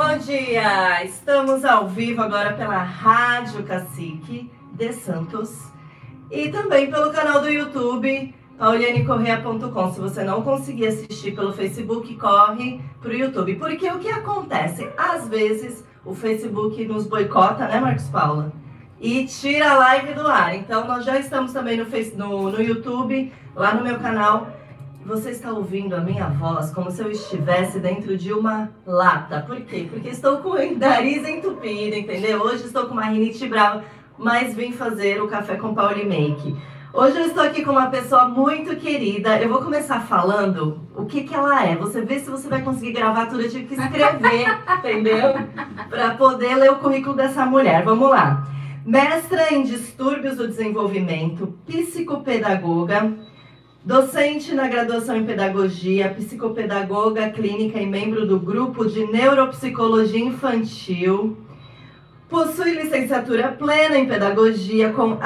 Bom dia! Estamos ao vivo agora pela Rádio Cacique de Santos e também pelo canal do YouTube paulianecorrea.com. Se você não conseguir assistir pelo Facebook, corre para o YouTube. Porque o que acontece? Às vezes o Facebook nos boicota, né, Marcos Paula? E tira a live do ar. Então nós já estamos também no YouTube, lá no meu canal. Você está ouvindo a minha voz como se eu estivesse dentro de uma lata. Por quê? Porque estou com o nariz entupido, entendeu? Hoje estou com uma rinite brava, mas vim fazer o Café com Pauli Make. Hoje eu estou aqui com uma pessoa muito querida. Eu vou começar falando o que ela é. Você vê se você vai conseguir gravar tudo. Eu tive que escrever, entendeu? Para poder ler o currículo dessa mulher. Vamos lá. Mestra em Distúrbios do Desenvolvimento, psicopedagoga, docente na graduação em Pedagogia, psicopedagoga clínica e membro do grupo de Neuropsicologia Infantil. Possui licenciatura plena em Pedagogia com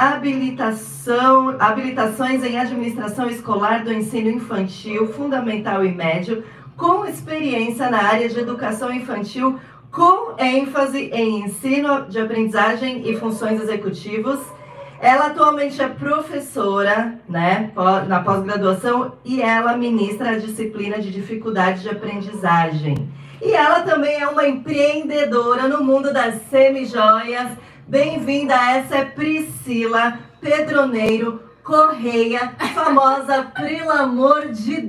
habilitações em Administração Escolar do Ensino Infantil, Fundamental e Médio, com experiência na área de Educação Infantil, com ênfase em ensino de aprendizagem e funções executivas. Ela atualmente é professora, né, na pós-graduação, e ela ministra a disciplina de dificuldade de aprendizagem. E ela também é uma empreendedora no mundo das semijoias. Bem-vinda, essa é Priscila Pedroneiro Correia, famosa Pelo Amor de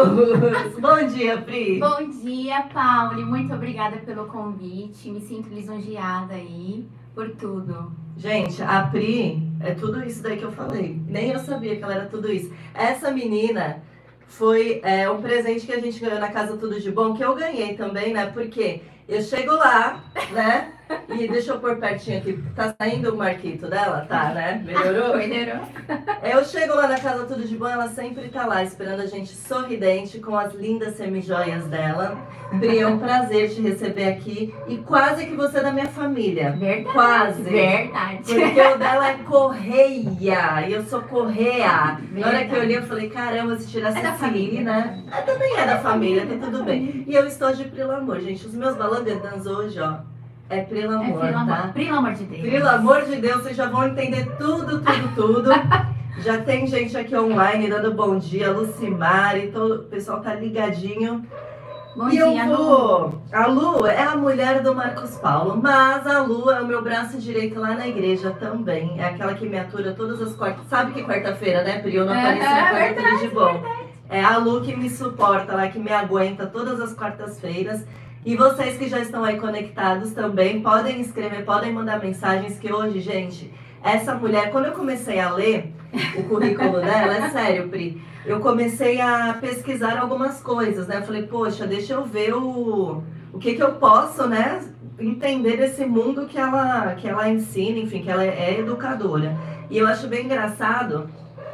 Deus. Bom dia, Pri. Bom dia, Pauli. Muito obrigada pelo convite. Me sinto lisonjeada aí por tudo. Gente, a Pri é tudo isso daí que eu falei. Nem eu sabia que ela era tudo isso. Essa menina foi um presente que a gente ganhou na Casa Tudo de Bom, que eu ganhei também, né? Porque eu chego lá, né? E deixa eu pôr pertinho aqui. Tá saindo o marquito dela? Tá, né? Melhorou? Melhorou. Eu chego lá na Casa Tudo de Bom, ela sempre tá lá esperando a gente sorridente com as lindas semijoias dela. Pri, é um prazer te receber aqui. E quase que você é da minha família. Verdade. Quase. Verdade. Porque o dela é Correia e eu sou Correa. Verdade. Na hora que eu olhei, eu falei, caramba, se tirasse da esse família, né? Também é da família, tá tudo bem. E eu estou de Pelo Amor, gente. Os meus balangandãs hoje, ó, é Pelo Amor, tá? Pelo amor de Deus. Pelo amor de Deus, vocês já vão entender tudo. Já tem gente aqui online dando bom dia, Lucimari, todo o pessoal tá ligadinho. Bom E dia, eu vou. A Lu é a mulher do Marcos Paulo, mas a Lu é o meu braço direito lá na igreja também. É aquela que me atura todas as quartas. Sabe que quarta-feira, né, Pri? Eu não apareço na quarta Tudo de Bom. É a Lu que me suporta lá, que me aguenta todas as quartas-feiras. E vocês que já estão aí conectados também, podem escrever, podem mandar mensagens, que hoje, gente, essa mulher, quando eu comecei a ler o currículo dela, é sério, Pri, eu comecei a pesquisar algumas coisas, né? Eu falei, poxa, deixa eu ver o que eu posso, né, entender desse mundo que ela ensina, enfim, que ela é educadora. E eu acho bem engraçado,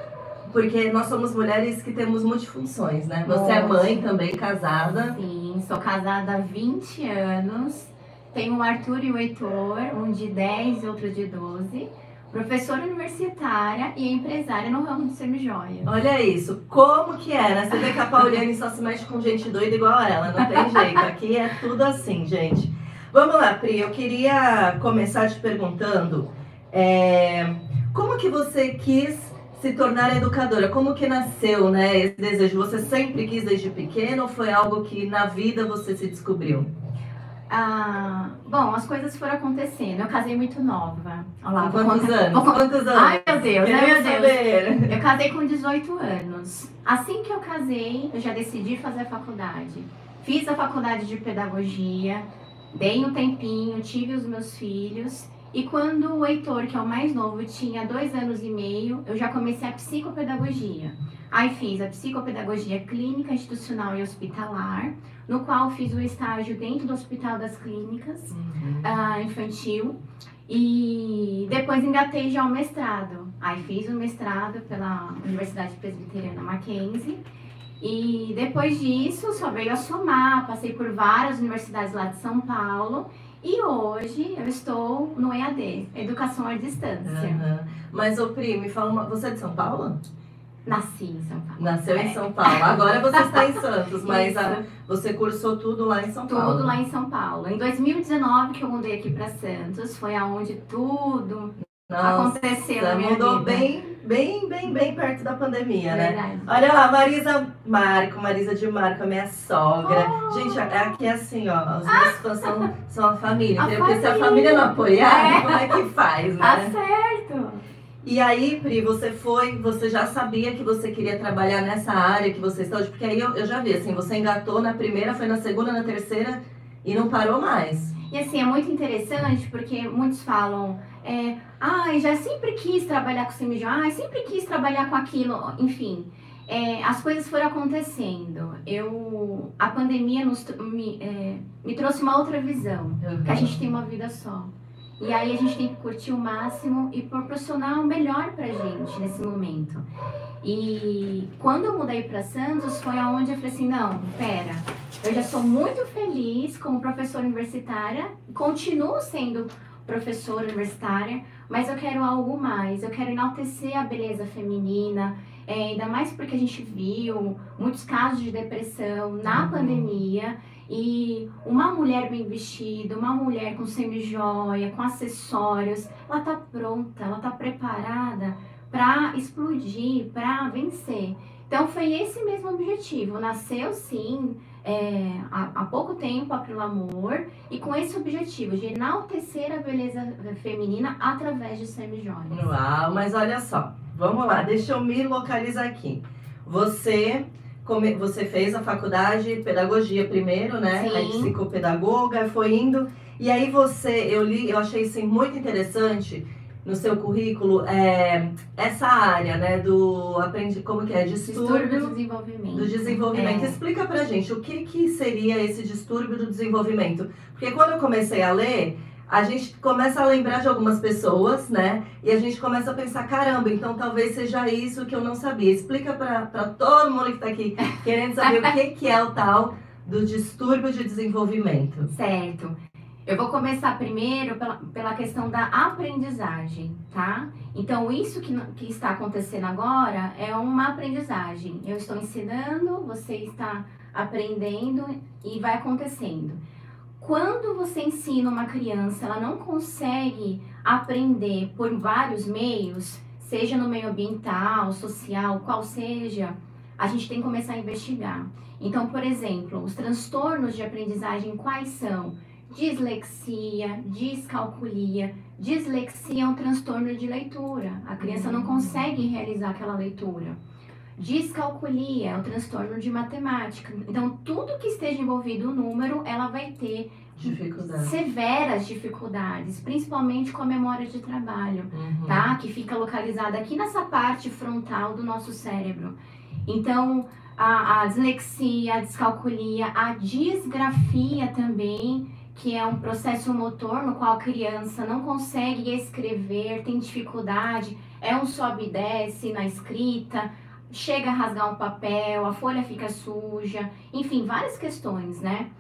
porque nós somos mulheres que temos multifunções, né? Você é mãe também, casada. Sim, sou casada há 20 anos. Tenho o Arthur e o Heitor, um de 10 e outro de 12. Professora universitária e empresária no ramo de semijoias. Olha isso, como que é, né? Você vê que a Pauliane só se mexe com gente doida igual a ela, não tem jeito. Aqui é tudo assim, gente. Vamos lá, Pri, eu queria começar te perguntando como que você quis se tornar educadora? Como que nasceu, né, esse desejo? Você sempre quis desde pequeno ou foi algo que na vida você se descobriu? Bom, as coisas foram acontecendo. Eu casei muito nova. Olha lá, Quantos anos? Quantos anos? Ai, meu Deus, Queremos meu Deus. saber. Eu casei com 18 anos. Assim que eu casei, eu já decidi fazer a faculdade. Fiz a faculdade de pedagogia, dei um tempinho, tive os meus filhos. E quando o Heitor, que é o mais novo, tinha 2 anos e meio, eu já comecei a psicopedagogia. Aí fiz a psicopedagogia clínica, institucional e hospitalar, no qual fiz o estágio dentro do Hospital das Clínicas, infantil. E depois engatei já o mestrado. Aí fiz o mestrado pela Universidade Presbiteriana Mackenzie. E depois disso, só veio a somar, passei por várias universidades lá de São Paulo. E hoje eu estou no EAD, Educação à Distância. Mas, ô Pri, me fala você é de São Paulo? Nasci em São Paulo. Nasceu em São Paulo. Agora você está em Santos, mas você cursou tudo lá em São Paulo. Tudo lá em São Paulo. Em 2019 que eu mudei aqui para Santos, foi aonde tudo aconteceu na minha mudou vida. bem perto da pandemia, Verdade. né? Olha lá, Marisa de Marco, a minha sogra. Gente, aqui é assim, ó, os meus fãs são a família. Porque se a família não apoiar, como é que faz, né? Tá certo. E aí, Pri, você já sabia que você queria trabalhar nessa área que você está hoje? Porque aí eu já vi, assim, você engatou na primeira, foi na segunda, na terceira e não parou mais. E assim, é muito interessante porque muitos falam, já sempre quis trabalhar com semijoia, sempre quis trabalhar com aquilo, enfim. As coisas foram acontecendo. A pandemia me trouxe uma outra visão, que a gente tem uma vida só. E aí a gente tem que curtir o máximo e proporcionar o melhor pra gente nesse momento. E quando eu mudei para Santos, foi aonde eu falei assim, não, pera, eu já sou muito feliz como professora universitária, continuo sendo professora universitária, mas eu quero algo mais, eu quero enaltecer a beleza feminina, ainda mais porque a gente viu muitos casos de depressão na pandemia, e uma mulher bem vestida, uma mulher com semijoia, com acessórios, ela tá pronta, ela tá preparada para explodir, para vencer. Então foi esse mesmo objetivo. Nasceu sim há pouco tempo a Pelo Amor, e com esse objetivo de enaltecer a beleza feminina através de semijoias. Uau, mas olha só, vamos lá, deixa eu me localizar aqui. Você fez a faculdade de pedagogia primeiro, né? Sim. Aí psicopedagoga, foi indo. E aí eu achei isso muito interessante no seu currículo, essa área, né, como que é? Distúrbio do desenvolvimento. Do desenvolvimento. Explica pra gente, o que seria esse distúrbio do desenvolvimento? Porque quando eu comecei a ler, a gente começa a lembrar de algumas pessoas, né? E a gente começa a pensar, caramba, então talvez seja isso que eu não sabia. Explica pra todo mundo que tá aqui querendo saber o que é o tal do distúrbio de desenvolvimento. Certo. Eu vou começar primeiro pela questão da aprendizagem, tá? Então, isso que está acontecendo agora é uma aprendizagem. Eu estou ensinando, você está aprendendo e vai acontecendo. Quando você ensina uma criança, ela não consegue aprender por vários meios, seja no meio ambiental, social, qual seja, a gente tem que começar a investigar. Então, por exemplo, os transtornos de aprendizagem quais são? Dislexia, descalculia. Dislexia é um transtorno de leitura. A criança não consegue realizar aquela leitura. Descalculia é um transtorno de matemática. Então, tudo que esteja envolvido no número, ela vai ter severas dificuldades, principalmente com a memória de trabalho, tá? Que fica localizada aqui nessa parte frontal do nosso cérebro. Então, a dislexia, a descalculia, a disgrafia também, que é um processo motor no qual a criança não consegue escrever, tem dificuldade, é um sobe e desce na escrita, chega a rasgar um papel, a folha fica suja, enfim, várias questões, né?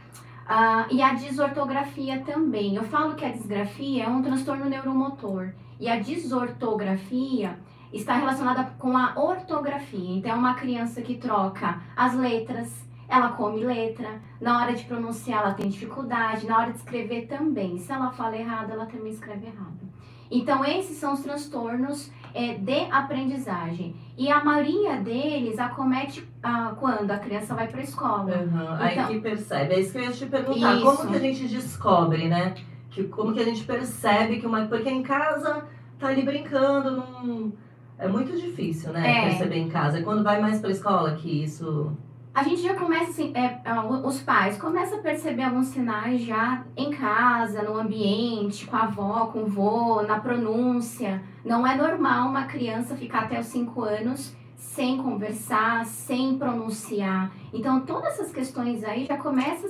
E a desortografia também. Eu falo que a disgrafia é um transtorno neuromotor e a desortografia está relacionada com a ortografia. Então, é uma criança que troca as letras, ela come letra, na hora de pronunciar ela tem dificuldade, na hora de escrever também. Se ela fala errado, ela também escreve errado. Então, esses são os transtornos de aprendizagem. E a maioria deles acomete quando a criança vai para a escola. Então, aí que percebe. É isso que eu ia te perguntar. Isso. Como que a gente descobre, né? Como que a gente percebe que porque em casa tá ali brincando, é muito difícil, né? Perceber em casa. É quando vai mais para a escola que isso... A gente já começa assim, os pais começam a perceber alguns sinais já em casa, no ambiente, com a avó, com o vô, na pronúncia. Não é normal uma criança ficar até os 5 anos sem conversar, sem pronunciar. Então, todas essas questões aí já começam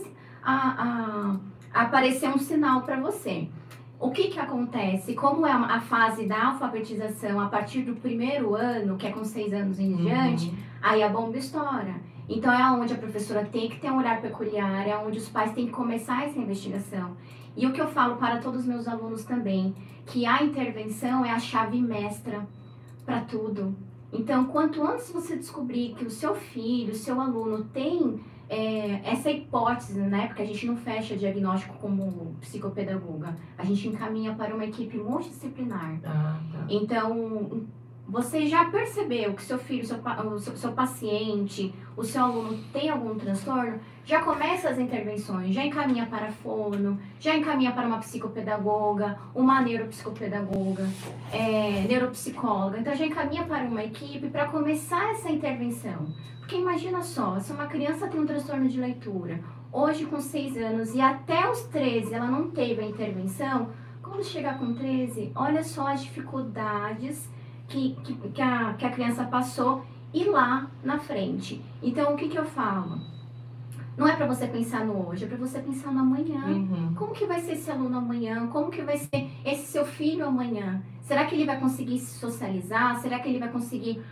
a aparecer um sinal para você. O que acontece? Como é a fase da alfabetização a partir do 1º ano, que é com 6 anos em diante, aí a bomba estoura. Então, é onde a professora tem que ter um olhar peculiar, é onde os pais têm que começar essa investigação. E o que eu falo para todos os meus alunos também, que a intervenção é a chave mestra para tudo. Então, quanto antes você descobrir que o seu filho, o seu aluno tem essa hipótese, né? Porque a gente não fecha diagnóstico como psicopedagoga, a gente encaminha para uma equipe multidisciplinar. Tá. Então, você já percebeu que seu filho, seu paciente, o seu aluno tem algum transtorno? Já começa as intervenções, já encaminha para fono, já encaminha para uma psicopedagoga, uma neuropsicopedagoga, neuropsicóloga. Então, já encaminha para uma equipe para começar essa intervenção. Porque imagina só, se uma criança tem um transtorno de leitura, hoje com 6 anos e até os 13 ela não teve a intervenção, quando chegar com 13, olha só as dificuldades que a criança passou e lá na frente. Então, o que eu falo? Não é para você pensar no hoje, é para você pensar no amanhã. Uhum. Como que vai ser esse aluno amanhã? Como que vai ser esse seu filho amanhã? Será que ele vai conseguir se socializar? Será que ele vai conseguir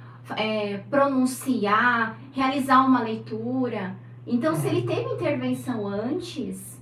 pronunciar, realizar uma leitura? Então, se ele teve intervenção antes,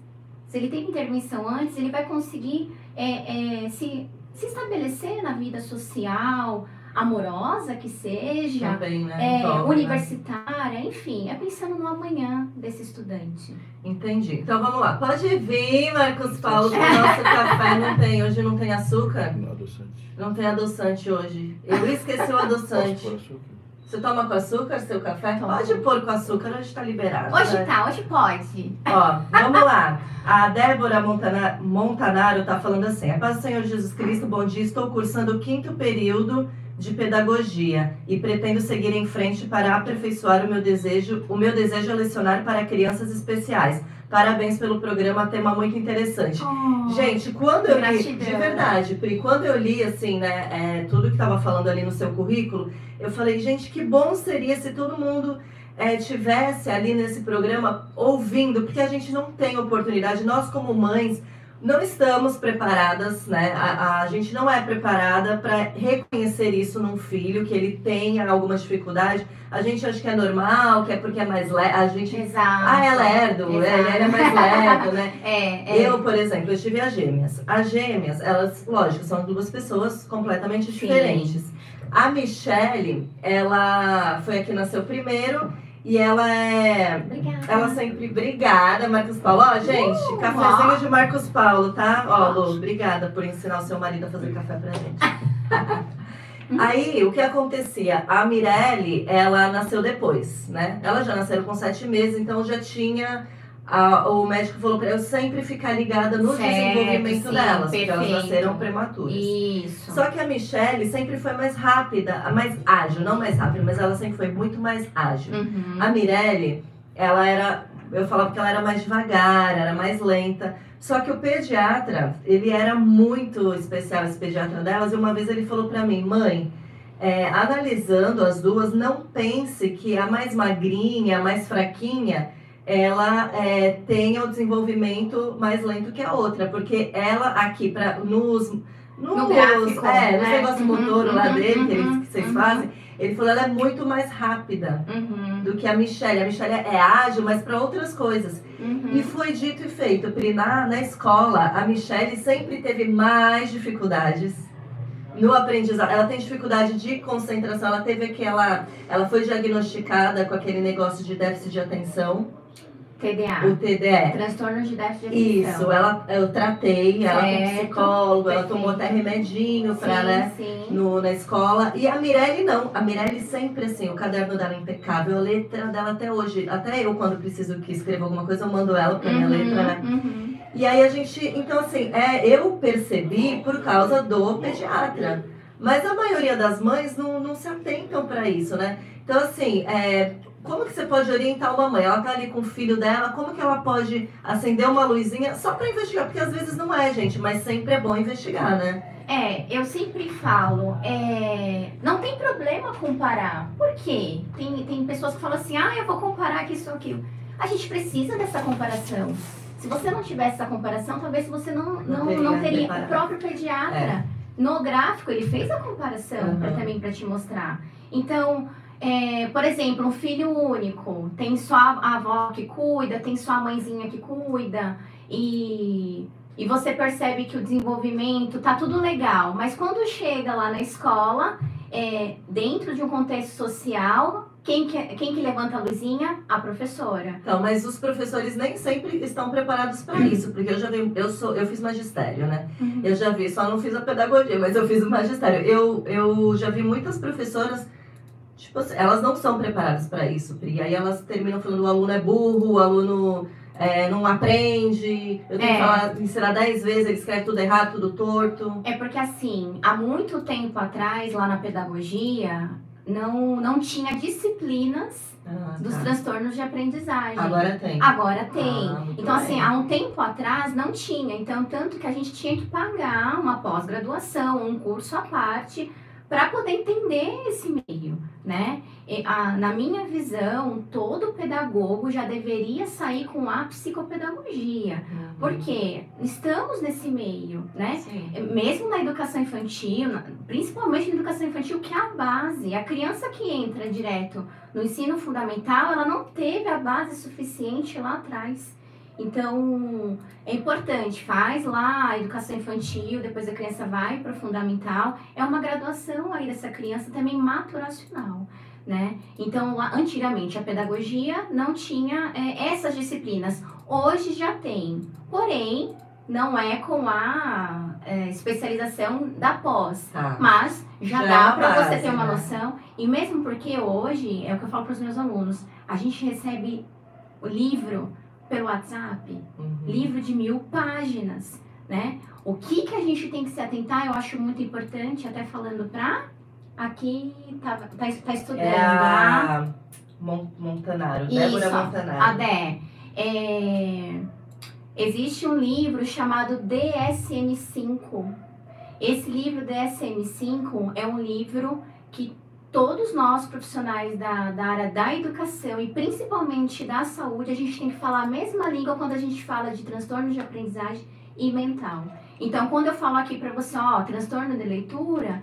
ele vai conseguir se estabelecer na vida social, amorosa que seja, também, né? universitária, enfim, pensando no amanhã desse estudante. Entendi. Então vamos lá. Pode vir, Marcos Paulo, que o nosso café hoje não tem açúcar? Não, adoçante. Não tem adoçante hoje. Eu esqueci o adoçante. Posso pôr açúcar? Você toma com açúcar seu café? Toma. Pode pôr com açúcar, hoje tá liberado. Hoje né? hoje pode. Ó, vamos lá. A Débora Montanaro tá falando assim: a paz do Senhor Jesus Cristo, bom dia. Estou cursando o 5º período de pedagogia e pretendo seguir em frente para aperfeiçoar o meu desejo. O meu desejo é lecionar para crianças especiais. Parabéns pelo programa, tema muito interessante. Gente, quando eu li, de verdade, Pri, quando eu li, assim, né, tudo que tava falando ali no seu currículo, eu falei, gente, que bom seria se todo mundo tivesse ali nesse programa ouvindo, porque a gente não tem oportunidade, nós como mães não estamos preparadas, né? A gente não é preparada para reconhecer isso num filho, que ele tenha alguma dificuldade. A gente acha que é normal, que é porque é mais leve. A gente. Exato. Ela é lerdo, ele é mais lerdo, né? É. Eu, por exemplo, eu tive as gêmeas. As gêmeas, elas, lógico, são 2 pessoas completamente diferentes. A Michelle, ela foi a que nasceu primeiro. E ela Obrigada. Ela sempre... Obrigada, Marcos Paulo. Ó, gente, cafezinho de Marcos Paulo, tá? Ó, Lu, obrigada por ensinar o seu marido a fazer café pra gente. Aí, o que acontecia? A Mirelle, ela nasceu depois, né? Elas já nasceram com 7 meses, então já tinha... o médico falou pra eu sempre ficar ligada no desenvolvimento delas, porque elas nasceram prematuras. Isso. Só que a Michelle sempre foi mais rápida, mais ágil, não mais rápida, mas ela sempre foi muito mais ágil. Uhum. A Mirelle, eu falava que ela era mais devagar, era mais lenta. Só que o pediatra, ele era muito especial, esse pediatra delas, e uma vez ele falou pra mim, mãe, analisando as duas, não pense que a mais magrinha, a mais fraquinha, ela tenha o desenvolvimento mais lento que a outra, porque ela aqui, no gráfico, no negócio motor lá dele, que vocês fazem, ele falou ela é muito mais rápida do que a Michelle. A Michelle é ágil, mas para outras coisas. E foi dito e feito, Pri, na escola, a Michelle sempre teve mais dificuldades no aprendizado. Ela tem dificuldade de concentração, ela foi diagnosticada com aquele negócio de déficit de atenção. TDA. O TDE. Transtorno de déficit de atenção. Isso, eu tratei ela com psicólogo, ela tomou até remedinho pra, na escola. E a Mirelle não. A Mirelle sempre assim, o caderno dela é impecável, a letra dela até hoje. Até eu, quando preciso que escreva alguma coisa, eu mando ela pra minha letra, né? E aí a gente, então assim, eu percebi por causa do pediatra. Mas a maioria das mães não se atentam pra isso, né? Então assim, como que você pode orientar uma mãe? Ela tá ali com o filho dela, como que ela pode acender uma luzinha só pra investigar? Porque às vezes não gente, mas sempre é bom investigar, né? Eu sempre falo, não tem problema comparar. Por quê? Tem pessoas que falam assim, eu vou comparar aqui isso ou aquilo. A gente precisa dessa comparação. Se você não tivesse essa comparação, talvez você não teria. O próprio pediatra, no gráfico, ele fez a comparação também para te mostrar. Então... por exemplo, um filho único, tem só a avó que cuida, tem só a mãezinha que cuida, e você percebe que o desenvolvimento tá tudo legal, mas quando chega lá na escola, dentro de um contexto social, quem que levanta a luzinha? A professora. Então, mas os professores nem sempre estão preparados para isso, porque eu já vi, eu fiz magistério, né? Eu já vi, só não fiz a pedagogia, mas eu fiz o magistério. Eu já vi muitas professoras, tipo assim, elas não são preparadas para isso, Pri. Aí elas terminam falando o aluno é burro, o aluno não aprende, eu tenho que falar, ensinar 10 vezes, ele escreve tudo errado, tudo torto. É porque assim, há muito tempo atrás, lá na pedagogia, não tinha disciplinas dos transtornos de aprendizagem. Agora tem. Agora tem. Então, bem. assim, há um tempo atrás não tinha. Então, tanto que a gente tinha que pagar uma pós-graduação, um curso à parte, para poder entender esse meio, né? Na minha visão, todo pedagogo já deveria sair com a psicopedagogia, porque estamos nesse meio, né? Sim. Mesmo na educação infantil, principalmente na educação infantil, que é a base. A criança que entra direto no ensino fundamental, ela não teve a base suficiente lá atrás. Então, é importante, faz lá a educação infantil, depois a criança vai para o fundamental, é uma graduação aí dessa criança também maturacional, né? Então, lá, antigamente, a pedagogia não tinha essas disciplinas, hoje já tem, porém, não é com a especialização da pós, mas já dá para você ter uma noção, e mesmo porque hoje, é o que eu falo para os meus alunos, a gente recebe o livro pelo WhatsApp, livro de 1000 páginas, né? O que a gente tem que se atentar, eu acho muito importante, até falando pra... Aqui tá estudando lá. Montanaro, Débora Montanaro. A Dé. Existe um livro chamado DSM-5. Esse livro DSM-5 é um livro que todos nós, profissionais da área da educação e principalmente da saúde, a gente tem que falar a mesma língua quando a gente fala de transtorno de aprendizagem e mental. Então, quando eu falo aqui para você, transtorno de leitura,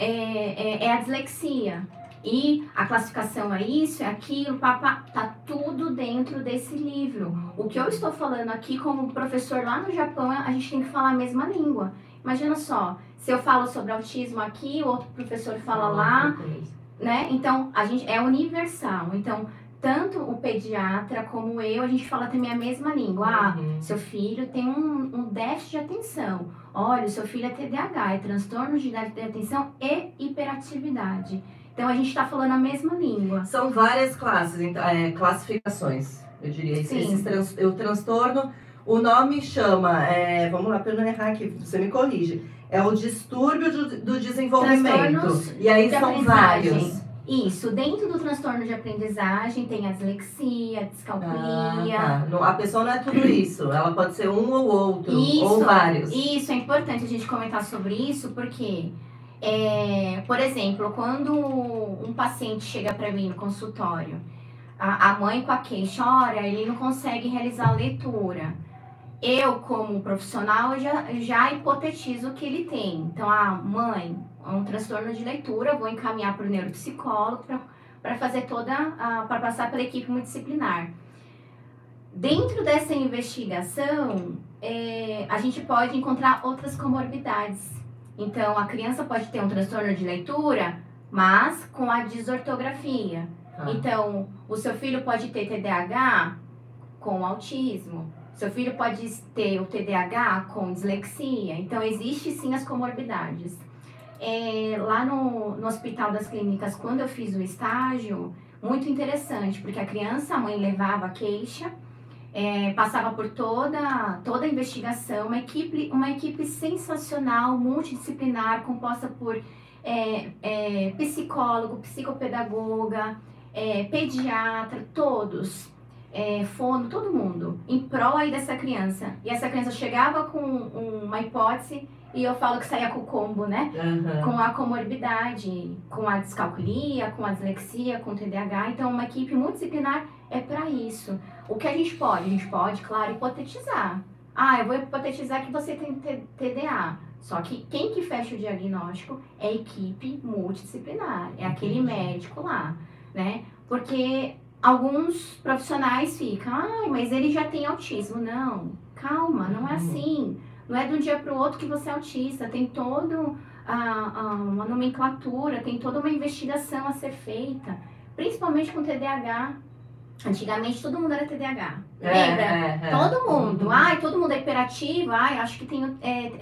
é a dislexia. E a classificação é isso, é aquilo, tá tudo dentro desse livro. O que eu estou falando aqui como professor lá no Japão, a gente tem que falar a mesma língua. Imagina só, se eu falo sobre autismo aqui, o outro professor fala lá, né? Então, a gente é universal. Então, tanto o pediatra como eu, a gente fala também a mesma língua. Seu filho tem um déficit de atenção. Olha, o seu filho é TDAH, é transtorno de déficit de atenção e hiperatividade. Então, a gente está falando a mesma língua. São várias classes, classificações, eu diria. O transtorno, o nome chama, vamos lá, para eu não errar aqui, você me corrige. É o distúrbio do desenvolvimento. E aí são vários. Isso, dentro do transtorno de aprendizagem tem a dislexia, a descalculia. A pessoa não é tudo isso, ela pode ser um ou outro, ou vários. Isso, é importante a gente comentar sobre isso, porque, por exemplo, quando um paciente chega para mim no consultório, a mãe com a queixa, olha, ele não consegue realizar a leitura. Eu, como profissional, já hipotetizo o que ele tem. Então, mãe, um transtorno de leitura, vou encaminhar para o neuropsicólogo para fazer para passar pela equipe multidisciplinar. Dentro dessa investigação, a gente pode encontrar outras comorbidades. Então, a criança pode ter um transtorno de leitura, mas com a desortografia. Então, o seu filho pode ter TDAH com autismo. Seu filho pode ter o TDAH com dislexia. Então, existe sim as comorbidades. Lá no Hospital das Clínicas, quando eu fiz o estágio, muito interessante, porque a criança, a mãe levava a queixa, passava por toda a investigação, uma equipe sensacional, multidisciplinar, composta por psicólogo, psicopedagoga, pediatra, todos. Fono, todo mundo, em prol aí dessa criança. E essa criança chegava com uma hipótese e eu falo que saía com o combo, né? Com a comorbidade, com a descalculia, com a dislexia, com o TDAH. Então, uma equipe multidisciplinar é para isso. O que a gente pode? A gente pode, claro, hipotetizar. Eu vou hipotetizar que você tem TDA. Só que quem que fecha o diagnóstico é a equipe multidisciplinar. É aquele médico lá, né? Porque alguns profissionais ficam, mas ele já tem autismo. Não, calma, não é assim. Não é de um dia para o outro que você é autista. Tem todo uma nomenclatura, tem toda uma investigação a ser feita, principalmente com TDAH. Antigamente todo mundo era TDAH, lembra? Todo mundo. Ai, todo mundo é hiperativo, ai, acho que tem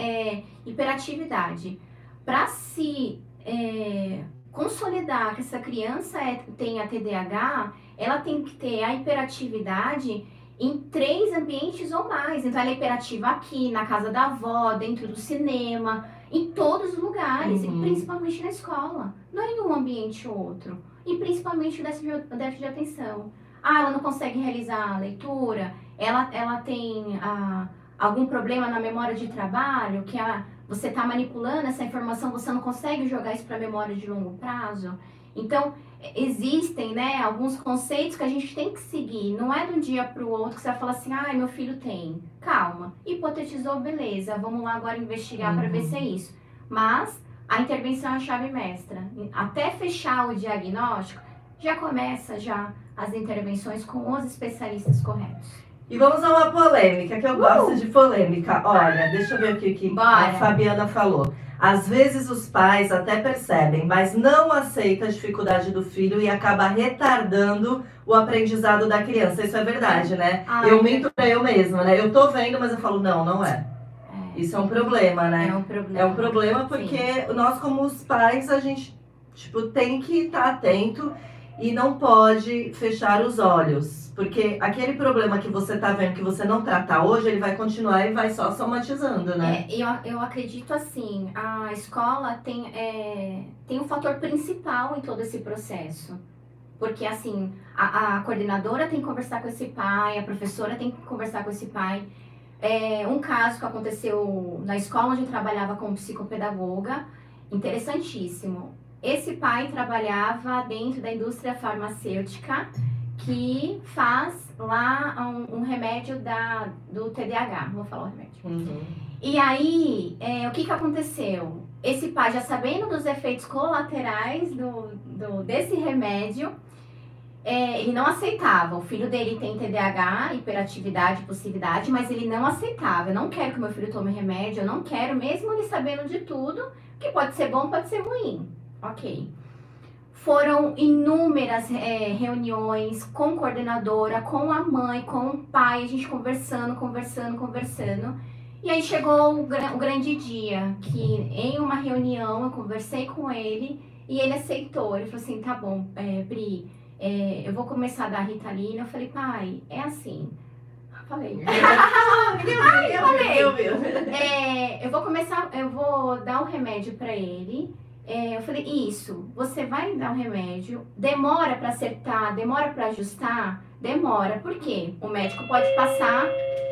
hiperatividade. Para se consolidar que essa criança tenha TDAH, ela tem que ter a hiperatividade em 3 ambientes ou mais. Então ela é hiperativa aqui, na casa da avó, dentro do cinema, em todos os lugares, e principalmente na escola. Não é em um ambiente ou outro. E principalmente o déficit de atenção. Ela não consegue realizar a leitura, ela tem algum problema na memória de trabalho, que você está manipulando essa informação, você não consegue jogar isso para a memória de longo prazo. Então, existem, né, alguns conceitos que a gente tem que seguir. Não é de um dia para o outro que você vai falar assim, ai, meu filho tem. Calma, hipotetizou, beleza, vamos lá agora investigar para ver se é isso. Mas a intervenção é a chave mestra. Até fechar o diagnóstico, já começa as intervenções com os especialistas corretos. E vamos a uma polêmica, que eu gosto de polêmica. Olha, deixa eu ver o que a Fabiana falou. Às vezes os pais até percebem, mas não aceitam a dificuldade do filho e acaba retardando o aprendizado da criança. Isso é verdade, né? Eu minto pra eu mesma, né? Eu tô vendo, mas eu falo, não é. Isso é um problema, né? É um problema. É um problema porque nós, como os pais, a gente tem que estar atento e não pode fechar os olhos. Porque aquele problema que você tá vendo, que você não trata hoje, ele vai continuar e vai só somatizando, né? Eu acredito assim, a escola tem um fator principal em todo esse processo. Porque assim, a coordenadora tem que conversar com esse pai, a professora tem que conversar com esse pai. Um caso que aconteceu na escola onde eu trabalhava como psicopedagoga, interessantíssimo. Esse pai trabalhava dentro da indústria farmacêutica que faz lá um remédio do TDAH, vou falar o remédio. E aí, o que aconteceu? Esse pai, já sabendo dos efeitos colaterais desse remédio, ele não aceitava. O filho dele tem TDAH, hiperatividade, impulsividade, mas ele não aceitava. Eu não quero que meu filho tome remédio, eu não quero, mesmo ele sabendo de tudo, que pode ser bom, pode ser ruim. Ok. Foram inúmeras reuniões com coordenadora, com a mãe, com o pai, a gente conversando. E aí chegou o grande dia, que em uma reunião eu conversei com ele e ele aceitou. Ele falou assim, tá bom, Pri, eu vou começar a dar Ritalina. Eu falei, pai, é assim. Falei. Eu vou dar um remédio pra ele. Eu falei, isso, você vai dar um remédio, demora para acertar, demora para ajustar? Demora, por quê? O médico pode passar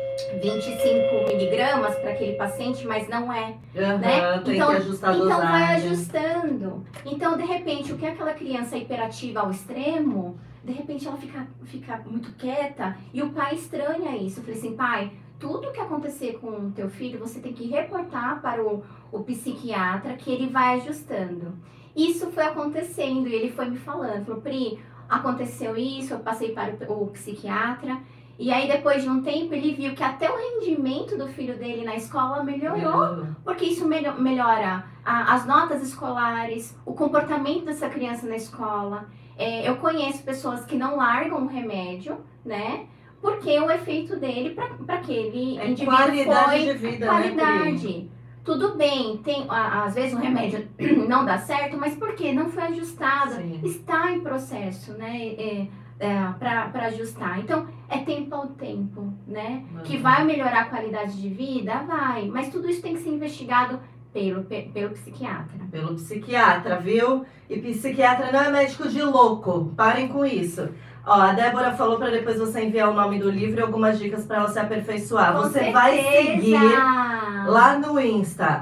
25 miligramas para aquele paciente, mas não é, né? Tem que ajustar a dosagem. Então vai ajustando. Então, de repente, o que aquela criança hiperativa ao extremo, de repente ela fica muito quieta e o pai estranha isso. Eu falei assim, pai, tudo que acontecer com o teu filho, você tem que reportar para o psiquiatra que ele vai ajustando. Isso foi acontecendo e ele foi me falando, falou, Pri, aconteceu isso, eu passei para o psiquiatra. E aí depois de um tempo ele viu que até o rendimento do filho dele na escola melhorou, porque isso melhora as notas escolares, o comportamento dessa criança na escola. Eu conheço pessoas que não largam o remédio, né? Porque o efeito dele para aquele indivíduo qualidade de vida, qualidade. Né, tudo bem, às vezes o remédio não dá certo, mas por quê? Não foi ajustado, está em processo, né? Para ajustar. Então, é tempo ao tempo, né? Que vai melhorar a qualidade de vida? Vai. Mas tudo isso tem que ser investigado pelo psiquiatra. Pelo psiquiatra, viu? E psiquiatra não é médico de louco. Parem com isso. Ó, a Débora falou para depois você enviar o nome do livro e algumas dicas para ela se aperfeiçoar. Com você certeza. Vai seguir lá no Insta,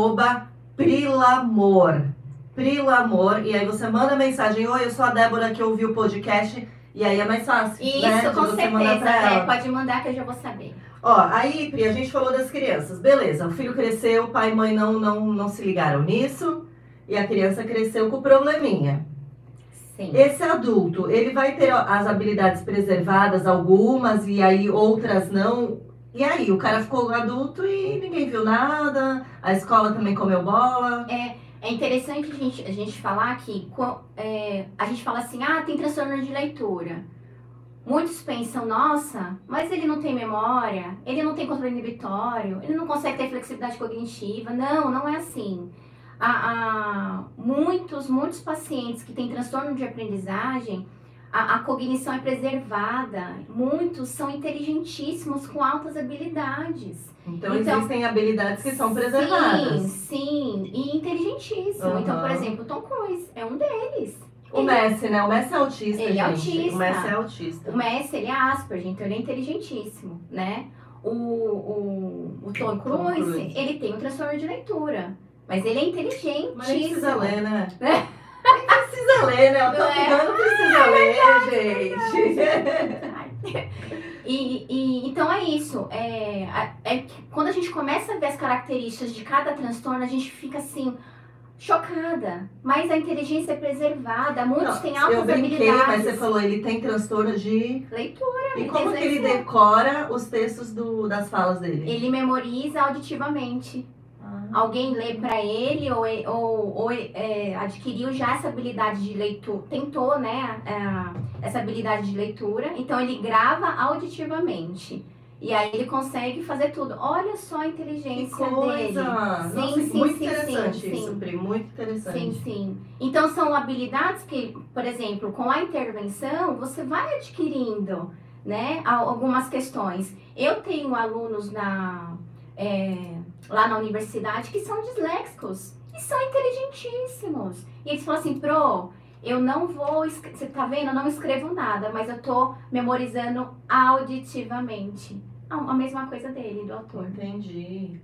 @Prilamor. Prilamor. E aí você manda mensagem, oi, eu sou a Débora que ouviu o podcast. E aí é mais fácil. Isso, né, com você certeza. mandar pra ela. Pode mandar que eu já vou saber. Ó, aí, Pri, a gente falou das crianças. Beleza, o filho cresceu, o pai e mãe não se ligaram nisso. E a criança cresceu com probleminha. Sim. Esse adulto, ele vai ter as habilidades preservadas, algumas, e aí outras não. E aí, o cara ficou adulto e ninguém viu nada, a escola também comeu bola. É interessante a gente falar que a gente fala assim, tem transtorno de leitura. Muitos pensam, nossa, mas ele não tem memória, ele não tem controle inibitório, ele não consegue ter flexibilidade cognitiva. Não, não é assim. Muitos pacientes que têm transtorno de aprendizagem, a cognição é preservada. Muitos são inteligentíssimos, com altas habilidades. Então existem habilidades que são preservadas. Sim, e inteligentíssimo. Então, por exemplo, o Tom Cruise é um deles. O Messi, né? O Messi é autista, ele gente. É autista. O Messi é autista. O Messi, ele é Asperger, então ele é inteligentíssimo, né? O Tom Cruise, ele tem um transtorno de leitura, mas ele é inteligentíssimo. Mas nem precisa ler, né? Nem precisa ler, né? O Top Gun não precisa ler, gente. Então é isso. Quando a gente começa a ver as características de cada transtorno, a gente fica assim... chocada, mas a inteligência é preservada, muitos têm altas habilidades. Eu brinquei, mas você falou, ele tem transtorno de... leitura. E como que ele decora os textos das falas dele? Ele memoriza auditivamente. Alguém lê pra ele ou adquiriu já essa habilidade de leitura, tentou, né, essa habilidade de leitura, então ele grava auditivamente. E aí ele consegue fazer tudo. Olha só a inteligência dele. Sim, muito interessante isso, Pri, muito interessante. Sim. Então são habilidades que, por exemplo, com a intervenção, você vai adquirindo, né, algumas questões. Eu tenho alunos lá na universidade que são disléxicos e são inteligentíssimos. E eles falam assim, eu não vou, você tá vendo? Eu não escrevo nada, mas eu tô memorizando auditivamente. A mesma coisa dele, do autor. Entendi.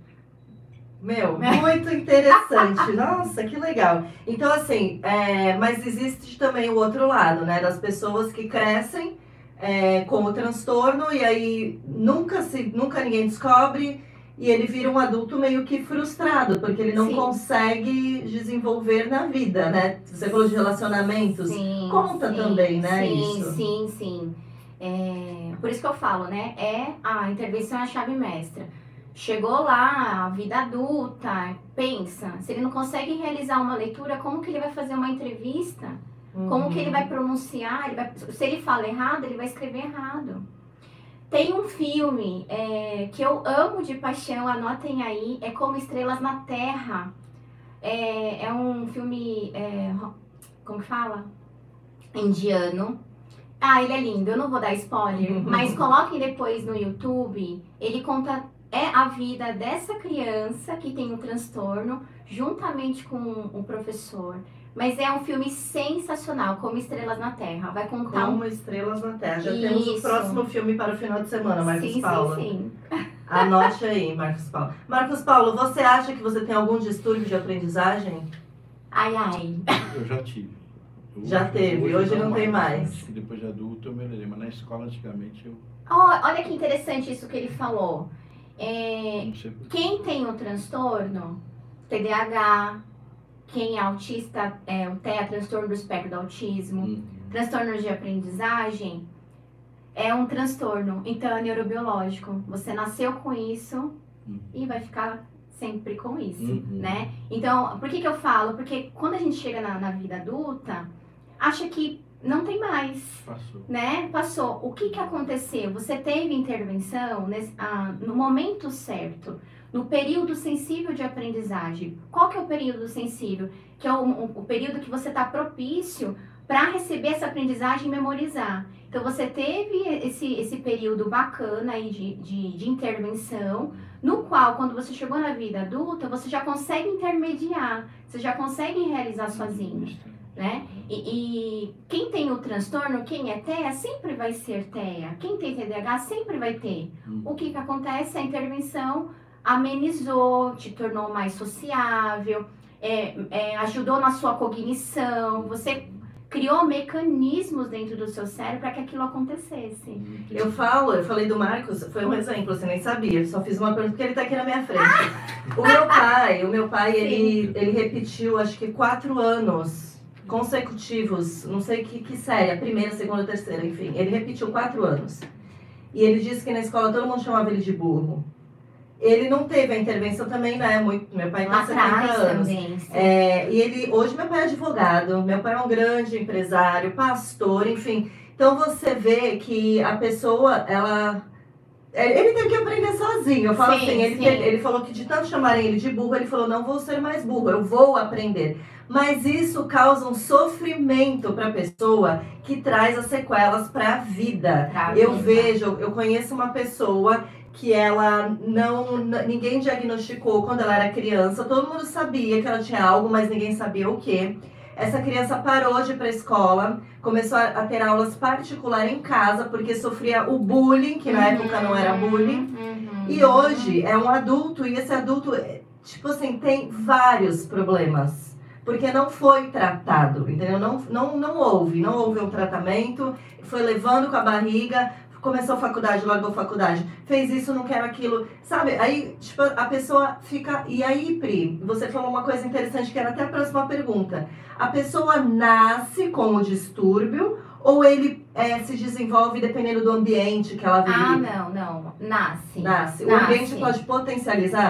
Muito interessante. Nossa, que legal. Então, assim, mas existe também o outro lado, né? Das pessoas que crescem com o transtorno e aí nunca ninguém descobre e ele vira um adulto meio que frustrado, porque ele não consegue desenvolver na vida, né? Você falou de relacionamentos, conta também, né? Sim. Por isso que eu falo, né? A intervenção é a chave mestra. Chegou lá, a vida adulta, pensa, se ele não consegue realizar uma leitura, como que ele vai fazer uma entrevista? Como que ele vai pronunciar? Se ele fala errado, ele vai escrever errado. Tem um filme que eu amo de paixão, anotem aí, é Como Estrelas na Terra. É um filme, como que fala? Indiano. Ele é lindo, eu não vou dar spoiler, mas coloquem depois no YouTube. Ele conta a vida dessa criança que tem um transtorno, juntamente com o professor. Mas é um filme sensacional, Como Estrelas na Terra. Vai contar Como Estrelas na Terra. Já temos o próximo filme para o final de semana, Marcos Paulo. Sim. Anote aí, Marcos Paulo. Marcos Paulo, você acha que você tem algum distúrbio de aprendizagem? Ai. Eu já tive. Já teve, hoje não tem mais. Acho que depois de adulto eu melhorei, mas na escola antigamente eu... Olha que interessante isso que ele falou. Não sei por quê. Quem tem o transtorno, TDAH, quem é autista, o TEA, transtorno do espectro do autismo, transtorno de aprendizagem, é um transtorno, então é neurobiológico. Você nasceu com isso e vai ficar sempre com isso, né? Então, por que eu falo? Porque quando a gente chega na vida adulta, acha que não tem mais, né? Passou. O que aconteceu? Você teve intervenção no momento certo, no período sensível de aprendizagem. Qual que é o período sensível? Que é o período que você está propício para receber essa aprendizagem e memorizar. Então, você teve esse período bacana aí de intervenção, no qual, quando você chegou na vida adulta, você já consegue intermediar, você já consegue realizar sozinho, né? E quem tem o transtorno, quem é TEA, sempre vai ser TEA. Quem tem TDAH sempre vai ter. O que acontece? A intervenção amenizou, te tornou mais sociável, ajudou na sua cognição, você criou mecanismos dentro do seu cérebro para que aquilo acontecesse. Eu falei do Marcos, foi um exemplo, você nem sabia, só fiz uma pergunta porque ele está aqui na minha frente. O meu pai ele repetiu, acho que 4 anos consecutivos, não sei que série, a primeira, a segunda, a terceira, enfim, ele repetiu 4 anos. E ele disse que na escola todo mundo chamava ele de burro. Ele não teve a intervenção também, né? Meu pai Lá tem 70 atrás anos. também, sim. Hoje meu pai é advogado, meu pai é um grande empresário, pastor, enfim. Então você vê que a pessoa, ele teve que aprender sozinho. Eu falo Sim, assim, ele falou que de tanto chamarem ele de burro, ele falou, não vou ser mais burro, eu vou aprender. Mas isso causa um sofrimento para a pessoa que traz as sequelas para a vida. Eu conheço uma pessoa que ninguém diagnosticou quando ela era criança, todo mundo sabia que ela tinha algo, mas ninguém sabia o que. Essa criança parou de ir para a escola, começou a ter aulas particulares em casa, porque sofria o bullying, que na época não era bullying. E hoje é um adulto, e esse adulto, tipo assim, tem vários problemas. Porque não foi tratado, entendeu? Não houve um tratamento, foi levando com a barriga, começou a faculdade, largou a faculdade, fez isso, não quero aquilo, sabe? Aí, tipo, a pessoa fica... E aí, Pri, você falou uma coisa interessante, que era até a próxima pergunta. A pessoa nasce com o distúrbio ou ele se desenvolve dependendo do ambiente que ela vive? Não. Nasce. O ambiente pode potencializar?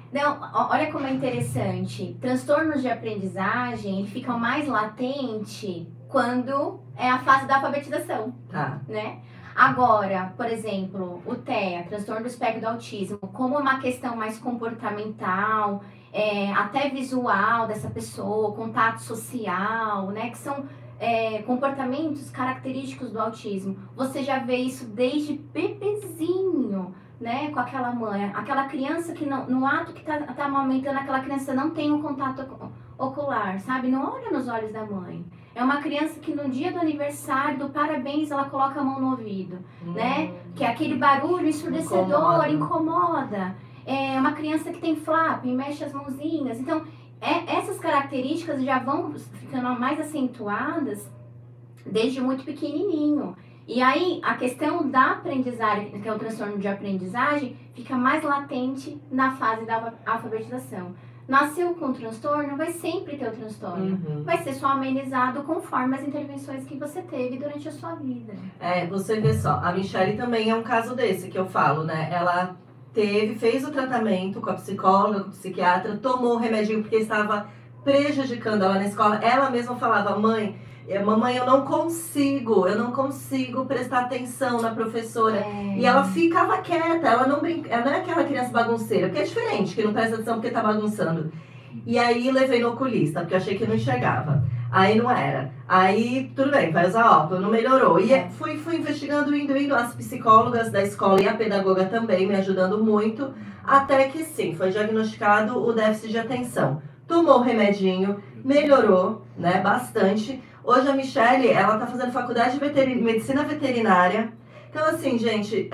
Olha como é interessante. Transtornos de aprendizagem ficam mais latentes quando é a fase da alfabetização. Tá. Né? Agora, por exemplo, o TEA, transtorno do espectro do autismo, como uma questão mais comportamental, até visual dessa pessoa, contato social, né? Que são comportamentos característicos do autismo. Você já vê isso desde bebezinho, né? Com aquela mãe, aquela criança que no ato que tá amamentando, aquela criança não tem um contato ocular, sabe? Não olha nos olhos da mãe. É uma criança que no dia do aniversário, do parabéns, ela coloca a mão no ouvido, né? Que é aquele barulho ensurdecedor, incomoda. É uma criança que tem flap, mexe as mãozinhas. Então, essas características já vão ficando mais acentuadas desde muito pequenininho. E aí, a questão da aprendizagem, que é o transtorno de aprendizagem, fica mais latente na fase da alfabetização. Nasceu com transtorno, vai sempre ter o transtorno. Vai ser só amenizado conforme as intervenções que você teve durante a sua vida. Você vê só, a Michelle também é um caso desse que eu falo, né? Ela fez o tratamento com a psicóloga, com o psiquiatra, tomou o remedinho porque estava prejudicando ela na escola. Ela mesma falava, mamãe, eu não consigo prestar atenção na professora. E ela ficava quieta, ela não é aquela criança bagunceira, porque é diferente, que não presta atenção porque tá bagunçando. E aí levei no oculista, porque eu achei que não enxergava. Aí não era. Aí, tudo bem, vai usar óculos, não melhorou. E fui investigando, indo, as psicólogas da escola e a pedagoga também me ajudando muito, até que sim, foi diagnosticado o déficit de atenção. Tomou o remedinho, melhorou, né, bastante. Hoje a Michelle, ela tá fazendo faculdade de medicina veterinária. Então, assim, gente,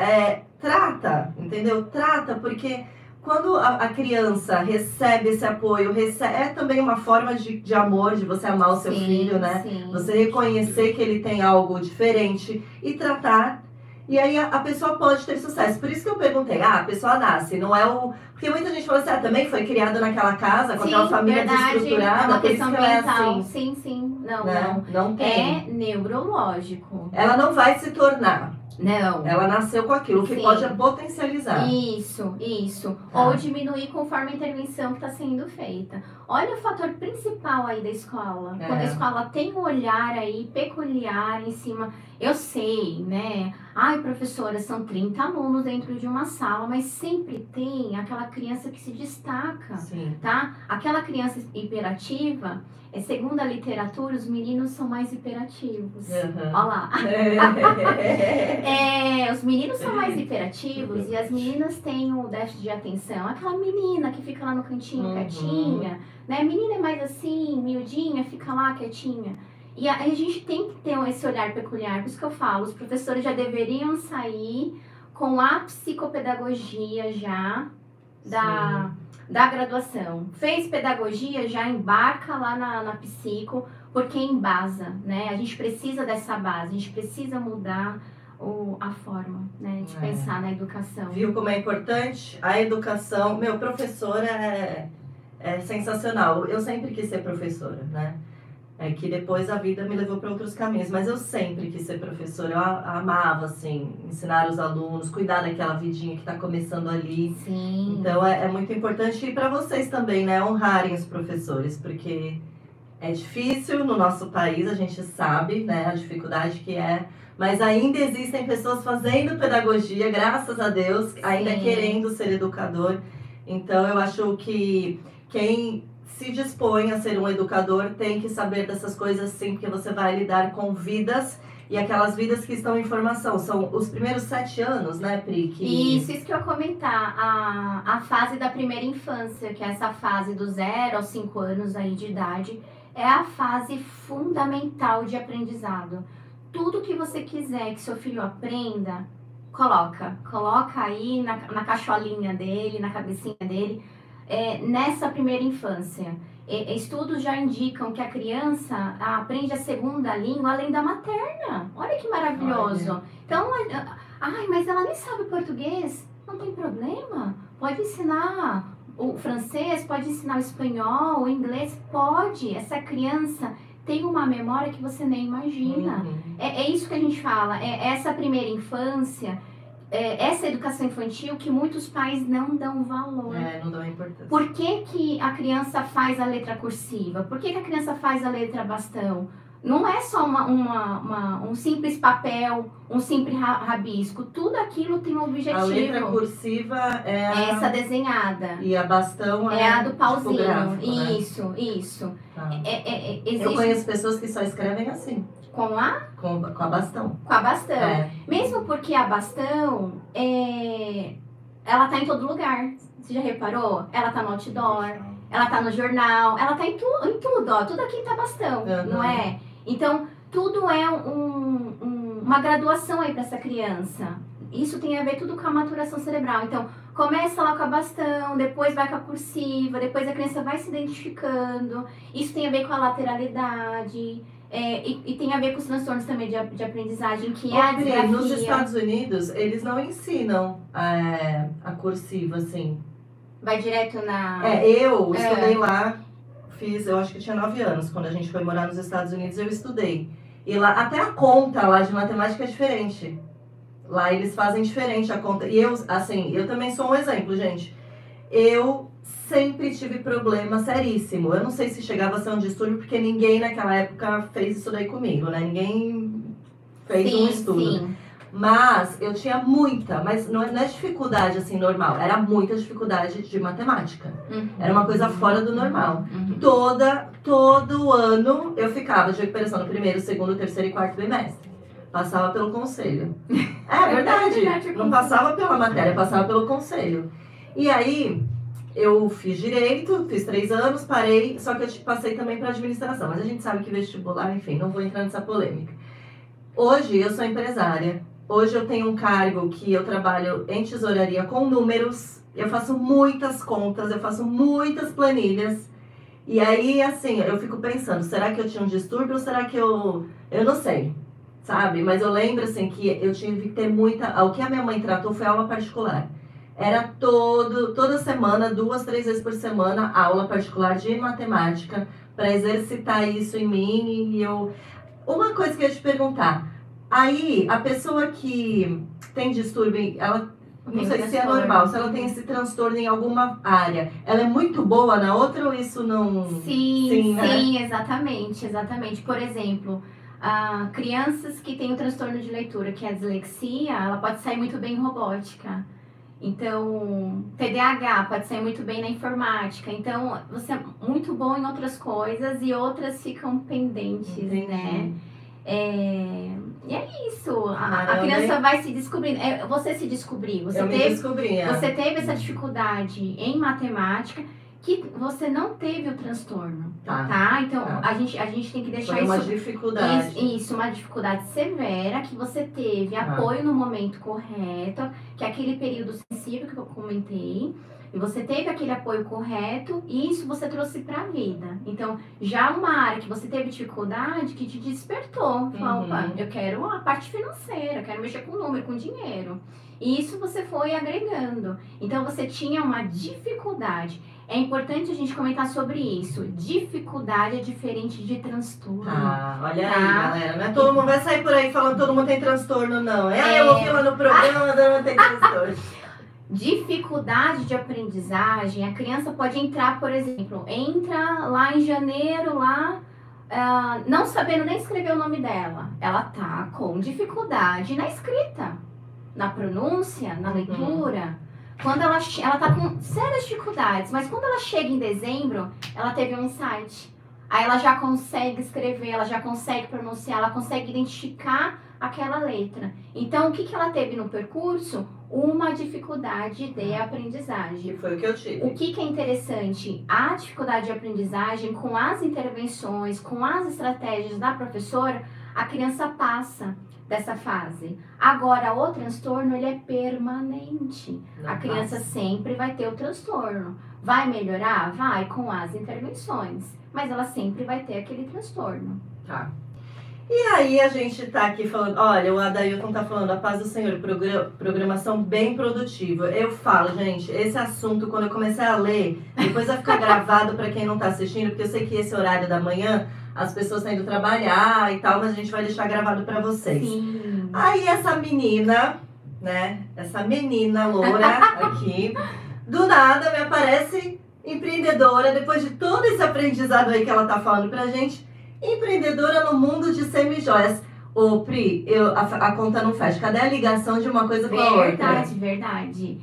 trata, entendeu? Trata, porque quando a criança recebe esse apoio, é também uma forma de amor, de você amar o seu filho, né? Sim. Você reconhecer que ele tem algo diferente e tratar. E aí a pessoa pode ter sucesso. Por isso que eu perguntei, a pessoa nasce, não é o... Porque muita gente fala assim, também foi criada naquela casa, com aquela família desestruturada, é uma por isso questão que ela é mental. assim. Sim. Não tem. É neurológico. Ela não vai se tornar. Não. Ela nasceu com aquilo, que pode potencializar. Isso. Ou diminuir conforme a intervenção que está sendo feita. Olha o fator principal aí da escola. Quando a escola tem um olhar aí peculiar em cima... Eu sei, né? Ai, professora, são 30 alunos dentro de uma sala, mas sempre tem aquela criança que se destaca, tá? Aquela criança hiperativa... Segundo a literatura, os meninos são mais hiperativos. Olha lá. Os meninos são mais hiperativos e as meninas têm o déficit de atenção. Aquela menina que fica lá no cantinho quietinha, né? A menina é mais assim, miudinha, fica lá quietinha. E a gente tem que ter esse olhar peculiar. Por isso que eu falo, os professores já deveriam sair com a psicopedagogia já da graduação. Fez pedagogia, já embarca lá na psico, porque embasa, né? A gente precisa dessa base, a gente precisa mudar a forma, né, de pensar na educação. Viu como é importante? A educação, professora é sensacional. Eu sempre quis ser professora, né? É que depois a vida me levou para outros caminhos, mas eu sempre quis ser professora, eu amava, assim, ensinar os alunos, cuidar daquela vidinha que está começando ali. Sim. Então é muito importante, e para vocês também, né, honrarem os professores, porque é difícil no nosso país, a gente sabe, né, a dificuldade que é, mas ainda existem pessoas fazendo pedagogia, graças a Deus, ainda Sim. querendo ser educador. Então eu acho que quem se dispõe a ser um educador tem que saber dessas coisas sim, porque você vai lidar com vidas e aquelas vidas que estão em formação. São os primeiros 7 anos, né, Pri? Isso que eu ia comentar. A fase da primeira infância, que é essa fase do 0 aos 5 anos aí de idade, é a fase fundamental de aprendizado. Tudo que você quiser que seu filho aprenda, coloca aí na cacholinha dele, na cabecinha dele, nessa primeira infância. Estudos já indicam que a criança aprende a segunda língua além da materna. Olha que maravilhoso. Olha. Então, mas ela nem sabe português. Não tem problema. Pode ensinar o francês, pode ensinar o espanhol, o inglês. Pode. Essa criança tem uma memória que você nem imagina. É isso que a gente fala. Essa primeira infância, essa educação infantil que muitos pais não dão valor. Não dão importância. Por que a criança faz a letra cursiva? Por que a criança faz a letra bastão? Não é só um simples papel, um simples rabisco. Tudo aquilo tem um objetivo. A letra cursiva é essa desenhada. E a bastão é a do pauzinho. Né? Isso. Tá. Existe... Eu conheço pessoas que só escrevem assim. Com a bastão. Com a bastão. Mesmo porque a bastão, ela tá em todo lugar. Você já reparou? Ela tá no outdoor, ela tá no jornal, ela tá em tudo, ó. Tudo aqui tá bastão, não é? Então, tudo é uma graduação aí para essa criança. Isso tem a ver tudo com a maturação cerebral. Então, começa lá com a bastão, depois vai com a cursiva, depois a criança vai se identificando. Isso tem a ver com a lateralidade. E tem a ver com os transtornos também de aprendizagem, que é a disgrafia. Nos Estados Unidos, eles não ensinam a cursiva, assim. Vai direto na... Eu estudei lá, eu acho que tinha 9 anos, quando a gente foi morar nos Estados Unidos, eu estudei. E lá, até a conta lá de matemática é diferente. Lá eles fazem diferente a conta. E eu também sou um exemplo, gente. Eu sempre tive problema seríssimo. Eu não sei se chegava a ser um distúrbio, porque ninguém naquela época fez isso daí comigo, né? Ninguém fez um estudo. Sim. Mas eu tinha mas não é dificuldade assim normal, era muita dificuldade de matemática. Era uma coisa fora do normal. Todo ano eu ficava de recuperação no primeiro, segundo, terceiro e quarto bimestre. Passava pelo conselho. É verdade. Não passava pela matéria, passava pelo conselho. E aí, eu fiz direito, fiz 3 anos, parei, só que eu passei também para administração. Mas a gente sabe que vestibular, enfim, não vou entrar nessa polêmica. Hoje eu sou empresária. Hoje eu tenho um cargo que eu trabalho em tesouraria com números. Eu faço muitas contas, eu faço muitas planilhas. E aí, assim, eu fico pensando, será que eu tinha um distúrbio ou será que eu não sei, sabe? Mas eu lembro, assim, que eu tive que ter o que a minha mãe tratou foi aula particular. Era toda semana, 2, 3 vezes por semana, aula particular de matemática, para exercitar isso em mim. E uma coisa que eu ia te perguntar, aí a pessoa que tem distúrbio, ela não sei se é normal, se ela tem esse transtorno em alguma área, ela é muito boa na outra ou isso não... Sim, né? exatamente. Por exemplo, crianças que têm o transtorno de leitura, que é a dislexia, ela pode sair muito bem em robótica. Então, TDAH pode sair muito bem na informática. Então, você é muito bom em outras coisas e outras ficam pendentes, né? E é isso. A criança vai se descobrindo. Você se descobriu. Você teve essa dificuldade em matemática que você não teve o transtorno, tá? Então, a gente tem que deixar Foi uma dificuldade. Isso, uma dificuldade severa, que você teve apoio no momento correto, que é aquele período sensível que eu comentei, E você teve aquele apoio correto e isso você trouxe para a vida. Então, já uma área que você teve dificuldade, que te despertou. Falou, opa, eu quero a parte financeira, eu quero mexer com número, com dinheiro. E isso você foi agregando. Então, você tinha uma dificuldade. É importante a gente comentar sobre isso. Dificuldade é diferente de transtorno. Olha aí, galera. Não é todo mundo vai sair por aí falando que todo mundo tem transtorno, não. Eu ouvi lá no programa, todo mundo tem transtorno. Dificuldade de aprendizagem, a criança pode entrar, por exemplo, entra lá em janeiro, não sabendo nem escrever o nome dela. Ela tá com dificuldade na escrita, na pronúncia, na leitura. Quando ela tá com sérias dificuldades, mas quando ela chega em dezembro, ela teve um insight. Aí ela já consegue escrever, ela já consegue pronunciar, ela consegue identificar aquela letra. Então, o que ela teve no percurso? Uma dificuldade de aprendizagem. Que foi o que eu tive. O que é interessante? A dificuldade de aprendizagem, com as intervenções, com as estratégias da professora, a criança passa dessa fase. Agora, o transtorno, ele é permanente. A criança sempre vai ter o transtorno. Vai melhorar? Vai, com as intervenções. Mas ela sempre vai ter aquele transtorno. Tá. E aí a gente tá aqui falando, olha, o Adailton tá falando, a paz do Senhor, programação bem produtiva. Eu falo, gente, esse assunto, quando eu comecei a ler, depois vai ficar gravado para quem não tá assistindo, porque eu sei que esse horário da manhã, as pessoas estão indo trabalhar e tal, mas a gente vai deixar gravado para vocês. Sim. Aí essa menina, né, essa menina loura aqui, do nada me aparece empreendedora, depois de todo esse aprendizado aí que ela tá falando pra gente, empreendedora no mundo de semijoias. Ô, Pri, a conta não fecha. Cadê a ligação de uma coisa com a outra? Verdade, verdade.